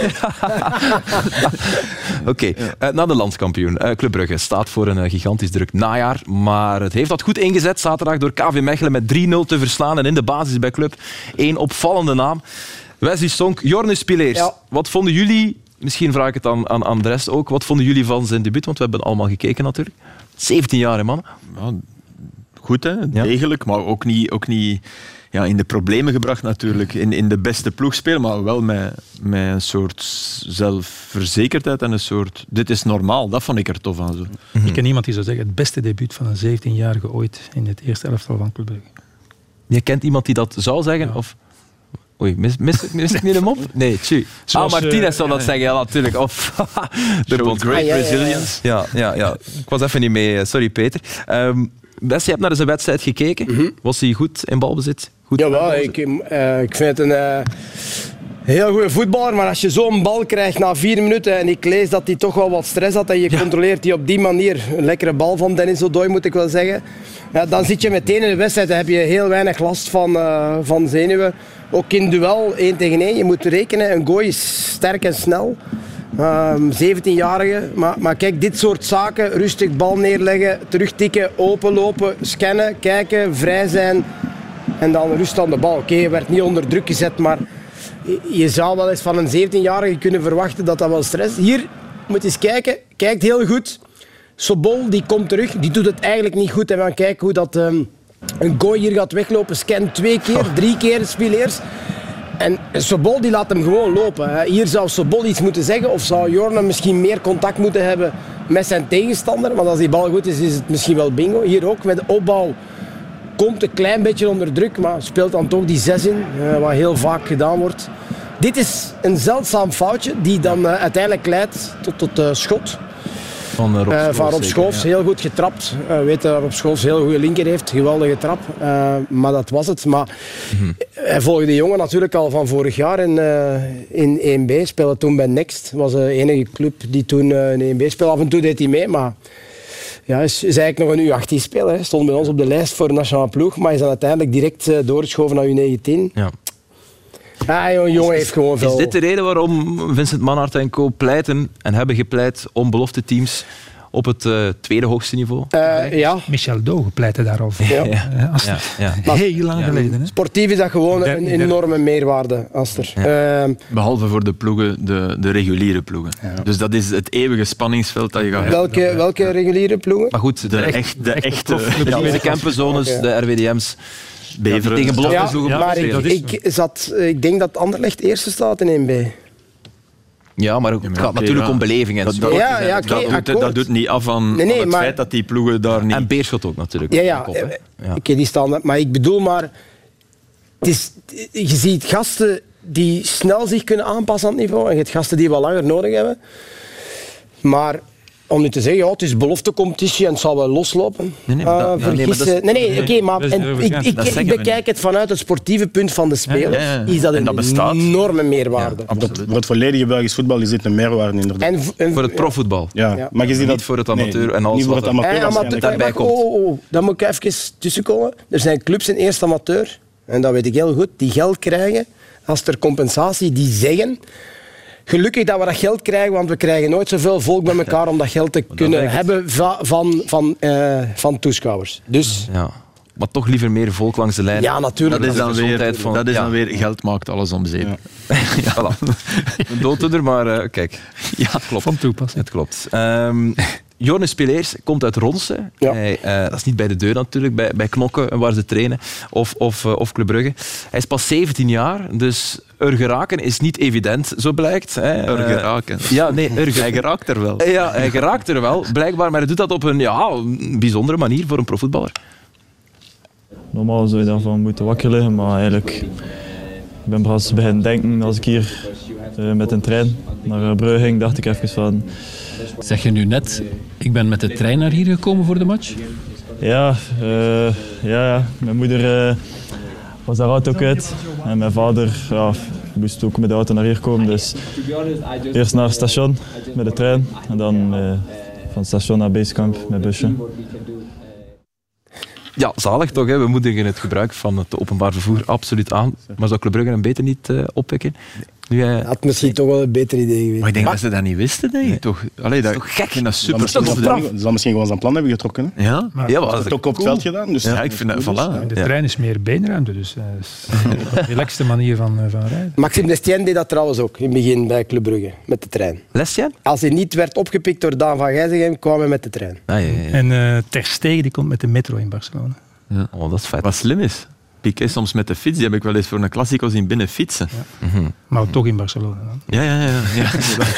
Oké, okay. uh, naar de landskampioen. Uh, Club Brugge staat voor een uh, gigantisch druk najaar, maar het heeft dat goed ingezet. Zaterdag door K V Mechelen met drie nul te verslaan en in de basis bij Club één opvallende naam. Wesley Sonk, Jorne Pileers. Ja. Wat vonden jullie, misschien vraag ik het aan, aan, aan de rest ook, wat vonden jullie van zijn debuut? Want we hebben allemaal gekeken natuurlijk. zeventien jaar, hè, man. Ja, goed, hè? Ja. Degelijk, maar ook niet, ook niet ja, in de problemen gebracht natuurlijk. In, in de beste ploeg spelen, maar wel met, met een soort zelfverzekerdheid en een soort... Dit is normaal, dat vond ik er tof aan. Zo. Mm-hmm. Ik ken iemand die zou zeggen, het beste debuut van een zeventienjarige ooit in het eerste elftal van Club Brugge. Je kent iemand die dat zou zeggen? Ja. Of... Oei, mis, mis, mis ik niet hem op? Nee, tjie. Zoals, ah, Martinez uh, zou dat ja, zeggen, ja, natuurlijk. Of de Showed bond. great Ah, ja, ja, ja. resilience. Ja, ja, ja. Ik was even niet mee. Sorry, Peter. Um, Wes, je hebt naar zijn wedstrijd gekeken. Mhm. Was hij goed in balbezit? Goed in Jawel, balbezit? ik, uh, ik vind het een uh, heel goede voetballer, maar als je zo'n bal krijgt na vier minuten en ik lees dat hij toch wel wat stress had en je Ja. controleert die op die manier, een lekkere bal van Dennis Odoi moet ik wel zeggen, ja, dan zit je meteen in de wedstrijd, dan heb je heel weinig last van, uh, van zenuwen. Ook in duel, één tegen één, je moet rekenen, een gooi is sterk en snel. Um, zeventienjarige, maar, maar kijk, dit soort zaken, rustig bal neerleggen, terugtikken, openlopen, scannen, kijken, vrij zijn en dan rust aan de bal. Oké, okay, je werd niet onder druk gezet, maar je zou wel eens van een zeventienjarige kunnen verwachten dat dat wel stress is. Hier, moet je eens kijken, kijkt heel goed. Sobol, die komt terug, die doet het eigenlijk niet goed. En we gaan kijken hoe dat um, een gooi hier gaat weglopen. Scan twee keer, drie keer, Spileers. En Sobol die laat hem gewoon lopen. Hè. Hier zou Sobol iets moeten zeggen of zou Jorne misschien meer contact moeten hebben met zijn tegenstander. Want als die bal goed is, is het misschien wel bingo. Hier ook met de opbouw komt een klein beetje onder druk, maar speelt dan toch die zes in, uh, wat heel vaak gedaan wordt. Dit is een zeldzaam foutje die dan uh, uiteindelijk leidt tot, tot uh, schot. Van uh, Rob Uh, Schoofs. van Rob zeker, Schoofs, ja. heel goed getrapt. We uh, weten dat Rob Schoofs een heel goede linker heeft, geweldige trap. Uh, maar dat was het. Maar Mhm. hij volgde de jongen natuurlijk al van vorig jaar in, uh, in één B. Speelde toen bij Next. Dat was de enige club die toen uh, in één B speelde. Af en toe deed hij mee, maar ja, is, is eigenlijk nog een U achttien speler. Hij stond bij ons op de lijst voor de nationale ploeg, maar is dan uiteindelijk direct uh, doorgeschoven naar U negentien. Ja. Ah, joh, jongen heeft gewoon veel... Is dit de reden waarom Vincent Manhart en co pleiten en hebben gepleit om belofte teams op het uh, tweede hoogste niveau? Uh, ja. Michel Doge pleitte daarover. Ja. Ja. Aster. Ja, ja. Heel lang ja. geleden. Hè? Sportief is dat gewoon een enorme meerwaarde, Aster. Ja. Uh, Behalve voor de ploegen, de, de reguliere ploegen. Ja. Dus dat is het eeuwige spanningsveld dat je gaat welke, hebben. Welke reguliere ploegen? Maar goed, de, de, echt, de echte... Ja, de campenzones, okay. De R W D M's... Beveren. Tegen belofte ja, ja, maar ik, ik, zat, ik denk dat Anderlecht eerste staat in één B. Ja, maar het gaat natuurlijk ja. om beleving. Dat, dat, ja, ja, okay, dat, doet, dat doet niet af van, nee, nee, van het maar, feit dat die ploegen daar niet... En Beerschot ook natuurlijk. Ja, ja. Kop, ja. Oké, okay, die staan... Maar ik bedoel maar... Het is, je ziet gasten die snel zich kunnen aanpassen aan het niveau. En je hebt gasten die wat langer nodig hebben. Maar... Om nu te zeggen, ja, het is beloftecompetitie en het zal wel loslopen. Nee, nee, uh, dat, ja, nee, is, nee, nee oké, okay, maar en, ik, ik, ik bekijk het vanuit het sportieve punt van de spelers. Ja, ja, ja. Is dat een dat enorme meerwaarde. Ja, voor het volledige Belgisch voetbal is dit een meerwaarde inderdaad. En, en, voor het profvoetbal. Ja, ja. Maar je ziet niet dat, voor het amateur nee, en alles niet voor het amateur, en amateur daarbij komt. Oh, oh, oh, dan moet ik even tussenkomen. Er zijn clubs in eerste amateur, en dat weet ik heel goed, die geld krijgen als ter compensatie, die zeggen... Gelukkig dat we dat geld krijgen, want we krijgen nooit zoveel volk bij elkaar om dat geld te kunnen hebben van, van, van, uh, van toeschouwers. Dus... Ja. Maar toch liever meer volk langs de lijn. Ja, natuurlijk. Dat is dan weer, van, dat is ja. dan weer geld maakt alles om zeep. Ja. Ja, voilà. Een dooddoener, maar uh, kijk. Ja, klopt. Van toepassing. Het klopt. Um, Joris Pileers komt uit Ronse. Ja. Hij, uh, dat is niet bij de deur natuurlijk, bij, bij Knokke, waar ze trainen. Of, of, uh, of Club Brugge. Hij is pas zeventien jaar, dus er geraken is niet evident, zo blijkt. Hè. Er geraken? Uh, ja, nee, er Hij geraakt er wel. Ja, hij geraakt er wel, blijkbaar. Maar hij doet dat op een ja, bijzondere manier voor een profvoetballer. Normaal zou je daarvan moeten wakker liggen, maar eigenlijk... Ik ben pas beginnen denken als ik hier uh, met een trein naar Brugge ging, dacht ik even van... Zeg je nu net, ik ben met de trein naar hier gekomen voor de match? Ja, uh, ja, ja. Mijn moeder uh, was haar auto kwijt en mijn vader ja, moest ook met de auto naar hier komen. Dus eerst naar het station met de trein en dan uh, van het station naar Basecamp met busje. Ja, zalig toch. Hè? We moedigen het gebruik van het openbaar vervoer absoluut aan. Maar zou Club Brugge hem beter niet uh, oppikken? Nu, hij... had misschien toch wel een beter idee geweest. Maar ik denk maar... dat ze dat niet wisten. Nee. Nee. Toch, allee, dat, dat is toch gek? Dat is super Ze zal misschien gewoon zijn plan hebben getrokken. Hè? Ja, maar ja, het ook op het veld gedaan. Dus ja, ik vind dat, voilà. De trein is meer beenruimte, dus dat is een relaxte manier van, van rijden. Maxime Lestienne deed dat trouwens ook in het begin bij Club Brugge, met de trein. Lestienne? Als hij niet werd opgepikt door Daan van Gijzegem, kwam hij met de trein. Ah, ja, ja, ja. En uh, Ter Stegen die komt met de metro in Barcelona. Ja. Oh, dat is feit. Wat slim is. Piqué soms met de fiets, die heb ik wel eens voor een Classico zien binnen fietsen. Ja. Mm-hmm. Maar toch in Barcelona dan. Ja, ja, ja. ja.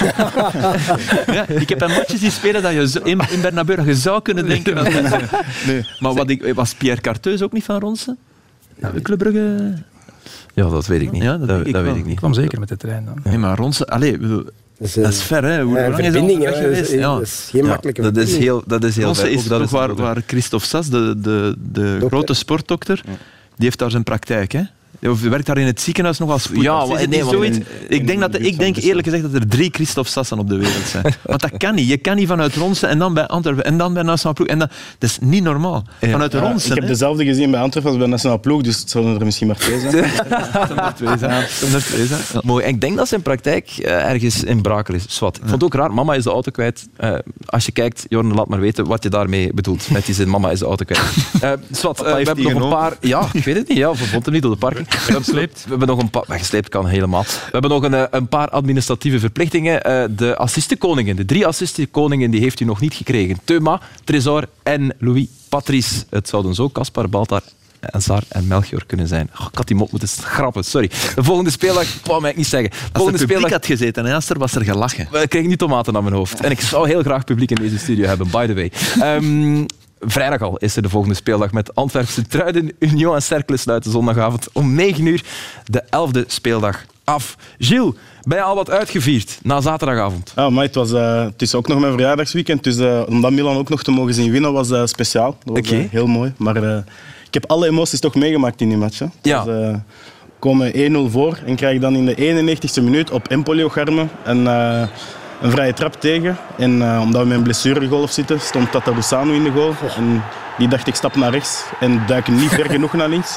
ja ik heb een matches die spelen dat je zo, in, in Bernabeu dat je zou kunnen denken. Dat nee. Maar wat ik, was Pierre Carteus ook niet van Ronse? Ja, Club Brugge? Ja, dat weet ik niet. Ja, dat dat, weet ik, dat weet ik niet. Ik kwam zeker met de trein dan. Nee, maar Ronse, allez, Dus, uh, dat is ver, hè? Hoe uh, lang is verbinding, dat geweest? Ja. Dat is geen ja, makkelijke dat is heel, dat is heel Ronse is toch waar, waar Christophe Sass, de, de, de grote sportdokter, ja. die heeft daar zijn praktijk, hè? Of werkt daar in het ziekenhuis nog als ja, nee, nee, zoiets? In, in, ik denk, dat, ik denk eerlijk gezegd dat er drie Christophe Sassen op de wereld zijn. Want dat kan niet. Je kan niet vanuit Ronse en dan bij Antwerpen en dan bij Nationale Ploeg. En dat, dat is niet normaal. Vanuit ja, Ronse. Ik heb hè? dezelfde gezien bij Antwerpen als bij Nationale Ploeg, dus het zouden er misschien maar twee zijn. er twee zijn. Ja. twee zijn. Ja. Mooi. Ik denk dat zijn praktijk uh, ergens in Brakel is. Swat. Ik vond het ook raar. Mama is de auto kwijt. Uh, als je kijkt, Jorn, laat maar weten wat je daarmee bedoelt. Met die zin, mama is de auto kwijt. Uh, Swat, uh, we hebben nog een paar... Ja, ik weet het niet. Ja, of we vonden hem niet op de parking. We hebben nog een paar... Maar gesleept kan helemaal. We hebben nog een, een paar administratieve verplichtingen. Uh, de assistenkoningen, de drie assistenkoningen, die heeft u nog niet gekregen. Teuma, Tresor en Louis Patrice. Het zouden zo Caspar, Baltar, Zar en Melchior kunnen zijn. Oh, ik had die mop moeten schrappen, sorry. De volgende speeldag... Ik wou mij ik niet zeggen. De Als volgende er publiek speeldag... had gezeten en Aster was er gelachen. Ik kreeg niet tomaten aan mijn hoofd. En ik zou heel graag publiek in deze studio hebben, by the way. Um, Vrijdag al is er de volgende speeldag met Antwerpse Truiden. Union en Cercle sluiten zondagavond om negen uur de elfde speeldag af. Gilles, ben je al wat uitgevierd na zaterdagavond? Ah, maar het, was, uh, het is ook nog mijn verjaardagsweekend, dus uh, om dat Milan ook nog te mogen zien winnen was uh, speciaal. Dat was okay. uh, heel mooi. Maar uh, ik heb alle emoties toch meegemaakt in die match. Hè. Ja. Dus, uh, komen één nul voor en krijg dan in de eenennegentigste minuut op Empoli-Garmen en uh, een vrije trap tegen. En uh, omdat we met een blessuregolf zitten, stond Tatarusanu in de goal. En die dacht ik stap naar rechts en duik niet ver genoeg naar links.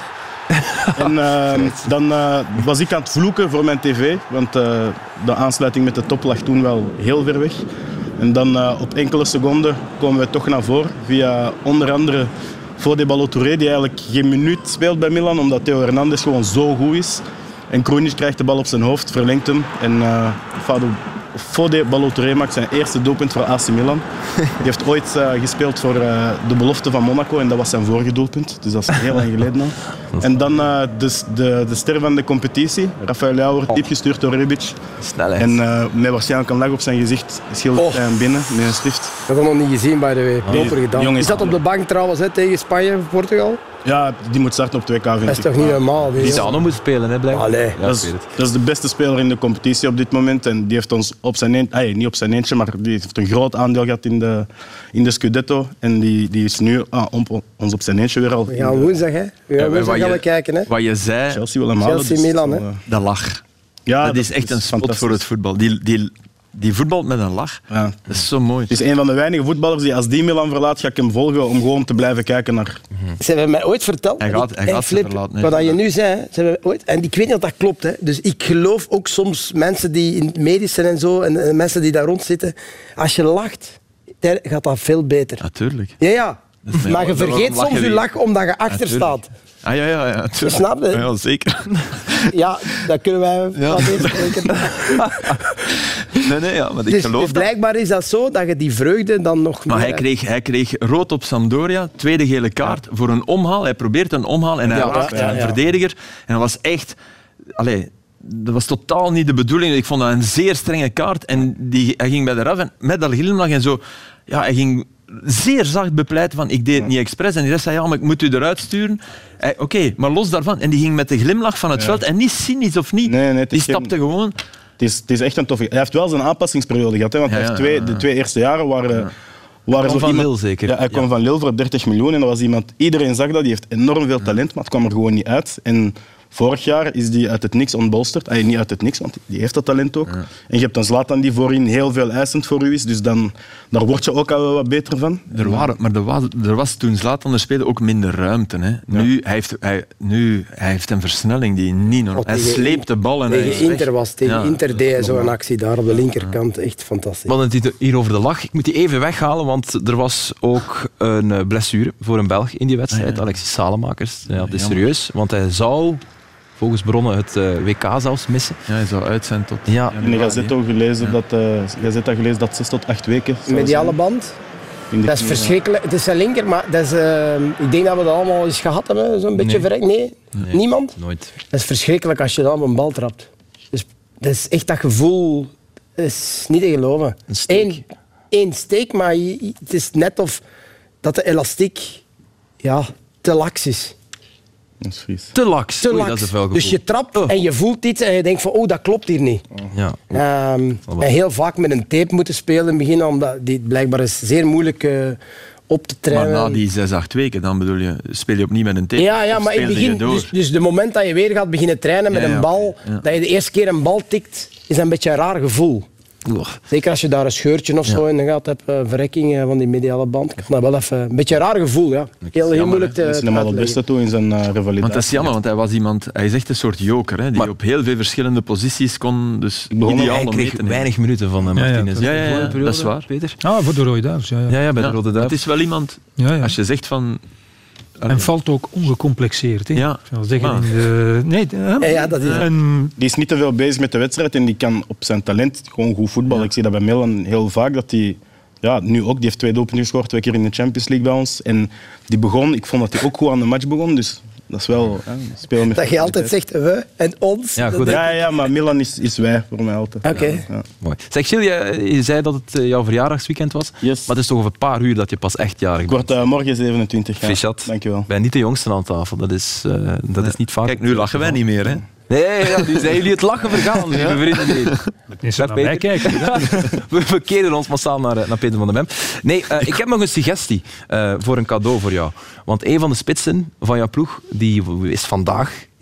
En uh, dan uh, was ik aan het vloeken voor mijn tv, want uh, de aansluiting met de top lag toen wel heel ver weg. En dan uh, op enkele seconden komen we toch naar voren via onder andere Fode Ballo-Touré, die eigenlijk geen minuut speelt bij Milan, omdat Theo Hernandez gewoon zo goed is. En Krunic krijgt de bal op zijn hoofd, verlengt hem en uh, Fode Ballo-Touré maakt zijn eerste doelpunt voor A C Milan. Die heeft ooit uh, gespeeld voor uh, de belofte van Monaco en dat was zijn vorige doelpunt. Dus dat is heel lang geleden al. En dan uh, de, de, de ster van de competitie. Rafael Leao wordt diep gestuurd door Rebic. Snelheid. En uh, met waarschijnlijk een lach op zijn gezicht schildert hij hem binnen met een stift. Ik heb dat nog niet gezien, by the way. Proper gedaan. Is dat op de bank trouwens hè, tegen Spanje, Portugal? Ja, die moet starten op twee K, vind ik. Dat is toch niet normaal? Die Zano moet spelen, hè, blijkbaar. Allee. Ja, dat, is, dat is de beste speler in de competitie op dit moment. En die heeft ons op zijn eentje, ay, niet op zijn eentje, maar die heeft een groot aandeel gehad in de, in de Scudetto. En die, die is nu ah, om, ons op zijn eentje weer al. We gaan woensdag, hè? We gaan woensdag gaan we kijken, hè? Wat je zei, Chelsea wil hem halen. Chelsea, dus Milan, hè? De lach. Ja, dat, dat is echt een spot voor het voetbal. Die, die, die voetbalt met een lach. Ja. Dat is zo mooi. Het is een van de weinige voetballers die als die Milan verlaat, ga ik hem volgen om gewoon te blijven kijken naar... Ze hebben mij ooit verteld... Hij gaat, hij gaat Flip, verlaten. Wat je nu zei, ze hebben ooit, en ik weet niet of dat klopt, hè, dus ik geloof ook soms mensen die in het medisch zijn en zo, en, en mensen die daar rond zitten, als je lacht, gaat dat veel beter. Natuurlijk. Ja, ja. Ja, maar je vergeet soms je lach omdat je achter ja, staat. Ah, ja, ja, ja. Je snapt het? Ja, zeker. Ja, dat kunnen wij ja. wat even spreken. Nee, nee, ja, maar ik dus, geloof dus blijkbaar is dat zo, dat je die vreugde dan nog maar meer... hij kreeg, hij kreeg rood op Sampdoria, tweede gele kaart, ja. voor een omhaal. Hij probeert een omhaal en hij ja, raakt ja, ja, een ja. verdediger. En dat was echt... Allee, dat was totaal niet de bedoeling. Ik vond dat een zeer strenge kaart. En die, hij ging bij de ref en met dat glimlach en zo... Ja, hij ging zeer zacht bepleiten van ik deed het niet expres. En die rest zei, ja, maar ik moet u eruit sturen. Oké, okay, maar los daarvan. En die ging met de glimlach van het ja. veld. En niet cynisch of niet. Nee, nee, die stapte geen... gewoon... Het is, het is echt een toffe... Hij heeft wel zijn aanpassingsperiode gehad, hè, want ja, hij heeft ja, twee, ja, ja. de twee eerste jaren waren... Ja. Hij kwam van iemand... Lille zeker. Ja, hij kwam ja. van Lille voor dertig miljoen en dat was iemand... Iedereen zag dat, die heeft enorm veel talent, maar het kwam er gewoon niet uit. En vorig jaar is die uit het niks ontbolsterd. Ay, niet uit het niks, want die heeft dat talent ook. Ja. En je hebt een Zlatan die voorin heel veel eisend voor u is, dus dan, daar word je ook al wel wat beter van. Er, waren, maar er, was, er was toen Zlatan er speelde ook minder ruimte. Hè. Ja. Nu, hij heeft, hij, nu hij heeft een versnelling die niet normaal is. Hij sleept de bal en tegen hij is Inter was tegen ja. Inter deed hij zo'n actie daar op de linkerkant. Echt fantastisch. We hadden het hier over de lach. Ik moet die even weghalen, want er was ook een blessure voor een Belg in die wedstrijd. Ah, ja. Alexis Salemakers. Ja, dat is serieus, want hij zou... Volgens bronnen het uh, W K zelfs missen. Ja, hij zou uit zijn tot... Ja. In de Gazette gelezen, ja. dat, uh, Gazette gelezen dat zes tot acht weken... Mediale band? Dat is verschrikkelijk. Het is zijn linker, maar dat is, uh, ik denk dat we dat allemaal eens gehad hebben. Zo'n beetje nee. verrekt. Nee? nee? Niemand? Nooit. Dat is verschrikkelijk als je dan op een bal trapt. Dus, dat is echt dat gevoel... Dat is niet te geloven. Een steek. Eén, één steek, maar je, het is net of dat de elastiek ja, te laks is. Dat is vies. Te laks. Te Oei, laks. dat is een vuil gevoel. Dus je trapt oh. en je voelt iets en je denkt van oh, dat klopt hier niet. Ja. Um, en heel vaak met een tape moeten spelen in het begin, omdat die blijkbaar is zeer moeilijk uh, op te trainen. Maar na die zes, acht weken, dan bedoel je, speel je opnieuw met een tape? Ja, ja maar in het begin, dus, dus de moment dat je weer gaat beginnen trainen met ja, ja, een bal, ja. dat je de eerste keer een bal tikt, is een beetje een raar gevoel. Oeh. Zeker als je daar een scheurtje of ja. zo in gehad hebt, uh, verrekking uh, van die mediale band. Ik vond dat wel even een beetje een raar gevoel. Ja. Heel, heel moeilijk te, te uitleggen. Hij is het beste toe in zijn uh, revalidatie. Want dat is jammer, want hij was iemand, hij is echt een soort joker, hè, die maar, op heel veel verschillende posities kon. Dus ideaal hij kreeg weinig minuten van uh, Martinez. Ja, ja, ja, ja, ja, dat is waar. Peter? Ah, voor de Rode Duivels. Ja, ja. Ja, ja, bij ja, de Rode Duivels. Het is wel iemand, ja, ja. als je zegt van... En valt ook ongecomplexeerd. Hè? Ja. Zeggen in de... Nee, ja, ja, dat is... En... Die is niet te veel bezig met de wedstrijd en die kan op zijn talent gewoon goed voetballen. Ja. Ik zie dat bij Milan heel vaak, dat hij... Ja, nu ook. Die heeft twee doelpunten gescoord, twee keer in de Champions League bij ons. En die begon, ik vond dat hij ook goed aan de match begon, dus... Dat is wel... Ja, spelen met dat je altijd zegt we en ons. Ja, goed, ja, ja, maar Milan is, is wij voor mij altijd. Oké. Okay. Ja, ja. Mooi. Zeg, Gilles, je, je zei dat het uh, jouw verjaardagsweekend was. Yes. Maar het is toch over een paar uur dat je pas echt jarig bent? Ik word uh, morgen zevenentwintig. Ja. Fichat. Dankjewel. Ik ben niet de jongste aan tafel. Dat is, uh, dat nee. is niet vaak. Kijk, nu lachen wij niet meer, hè? Nee, ja, nu zijn jullie het lachen vergaan, lieve ja? vrienden. Nee. Niet zo naar mij kijken. we, we keren ons massaal naar, naar Peter van der Mem. Nee, uh, ik heb nog een suggestie uh, voor een cadeau voor jou. Want een van de spitsen van jouw ploeg, die is vandaag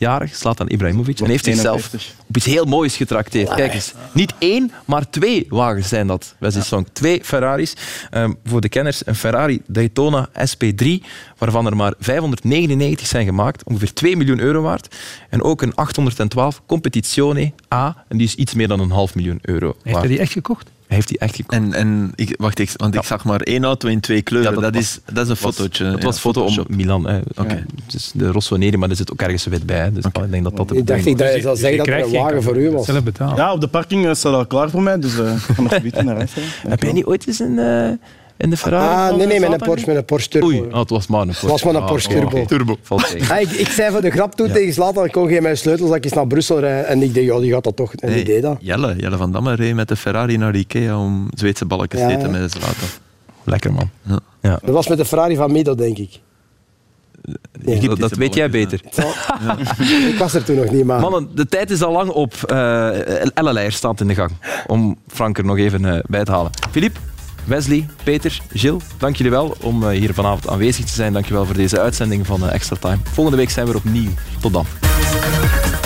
jarig, Zlatan Ibrahimovic. En heeft zichzelf op iets heel moois getrakteerd. Kijk eens, niet één, maar twee wagens zijn dat. Wesley Song, twee Ferraris. Um, voor de kenners, een Ferrari Daytona S P drie, waarvan er maar vijfhonderdnegenennegentig zijn gemaakt, ongeveer twee miljoen euro waard. En ook een achthonderdtwaalf Competizione A, en die is iets meer dan een half miljoen euro waard. Heeft hij die echt gekocht? Heeft hij echt gekocht. En, en ik, wacht, ik, want ja. ik zag maar één auto in twee kleuren. Ja, dat, dat, was, is, dat is een fotootje. Dat was een foto om Milan. Oké, okay. Dus de Rosso Neri, maar er zit ook ergens wit bij. Dus okay. ik denk dat dat de ik dacht ik dat je zou zeggen dat er een wagen voor u was. Zelf betalen. Ja, op de parking staat al klaar voor mij, dus uh, ik ga nog een naar rechts. Heb jij niet ooit eens een... Uh, in de Ferrari? Ah, nee, nee, met een Porsche, met een Porsche Turbo. Oei, oh, het was maar een Porsche. Het was maar een Porsche ah, Turbo. Okay. Turbo. Ah, ik, ik zei voor de grap toen ja. tegen Zlatan, ik kon geen mijn sleutels dat ik eens naar Brussel rijd. En ik dacht, ja, die gaat dat toch. En hey, die deed dat. Jelle, Jelle van Damme reed met de Ferrari naar de Ikea om Zweedse balletjes te ja, eten ja. met Zlatan. Lekker, man. Ja. Ja. Dat was met de Ferrari van Mido, denk ik. Ja. Dat, dat weet jij beter. Ja. Ik was er toen nog niet, maar... Mannen, de tijd is al lang op. Uh, Elle Leijer staat in de gang. Om Frank er nog even uh, bij te halen. Philippe? Wesley, Peter, Gilles, dank jullie wel om hier vanavond aanwezig te zijn. Dank je wel voor deze uitzending van Extra Time. Volgende week zijn we er opnieuw. Tot dan.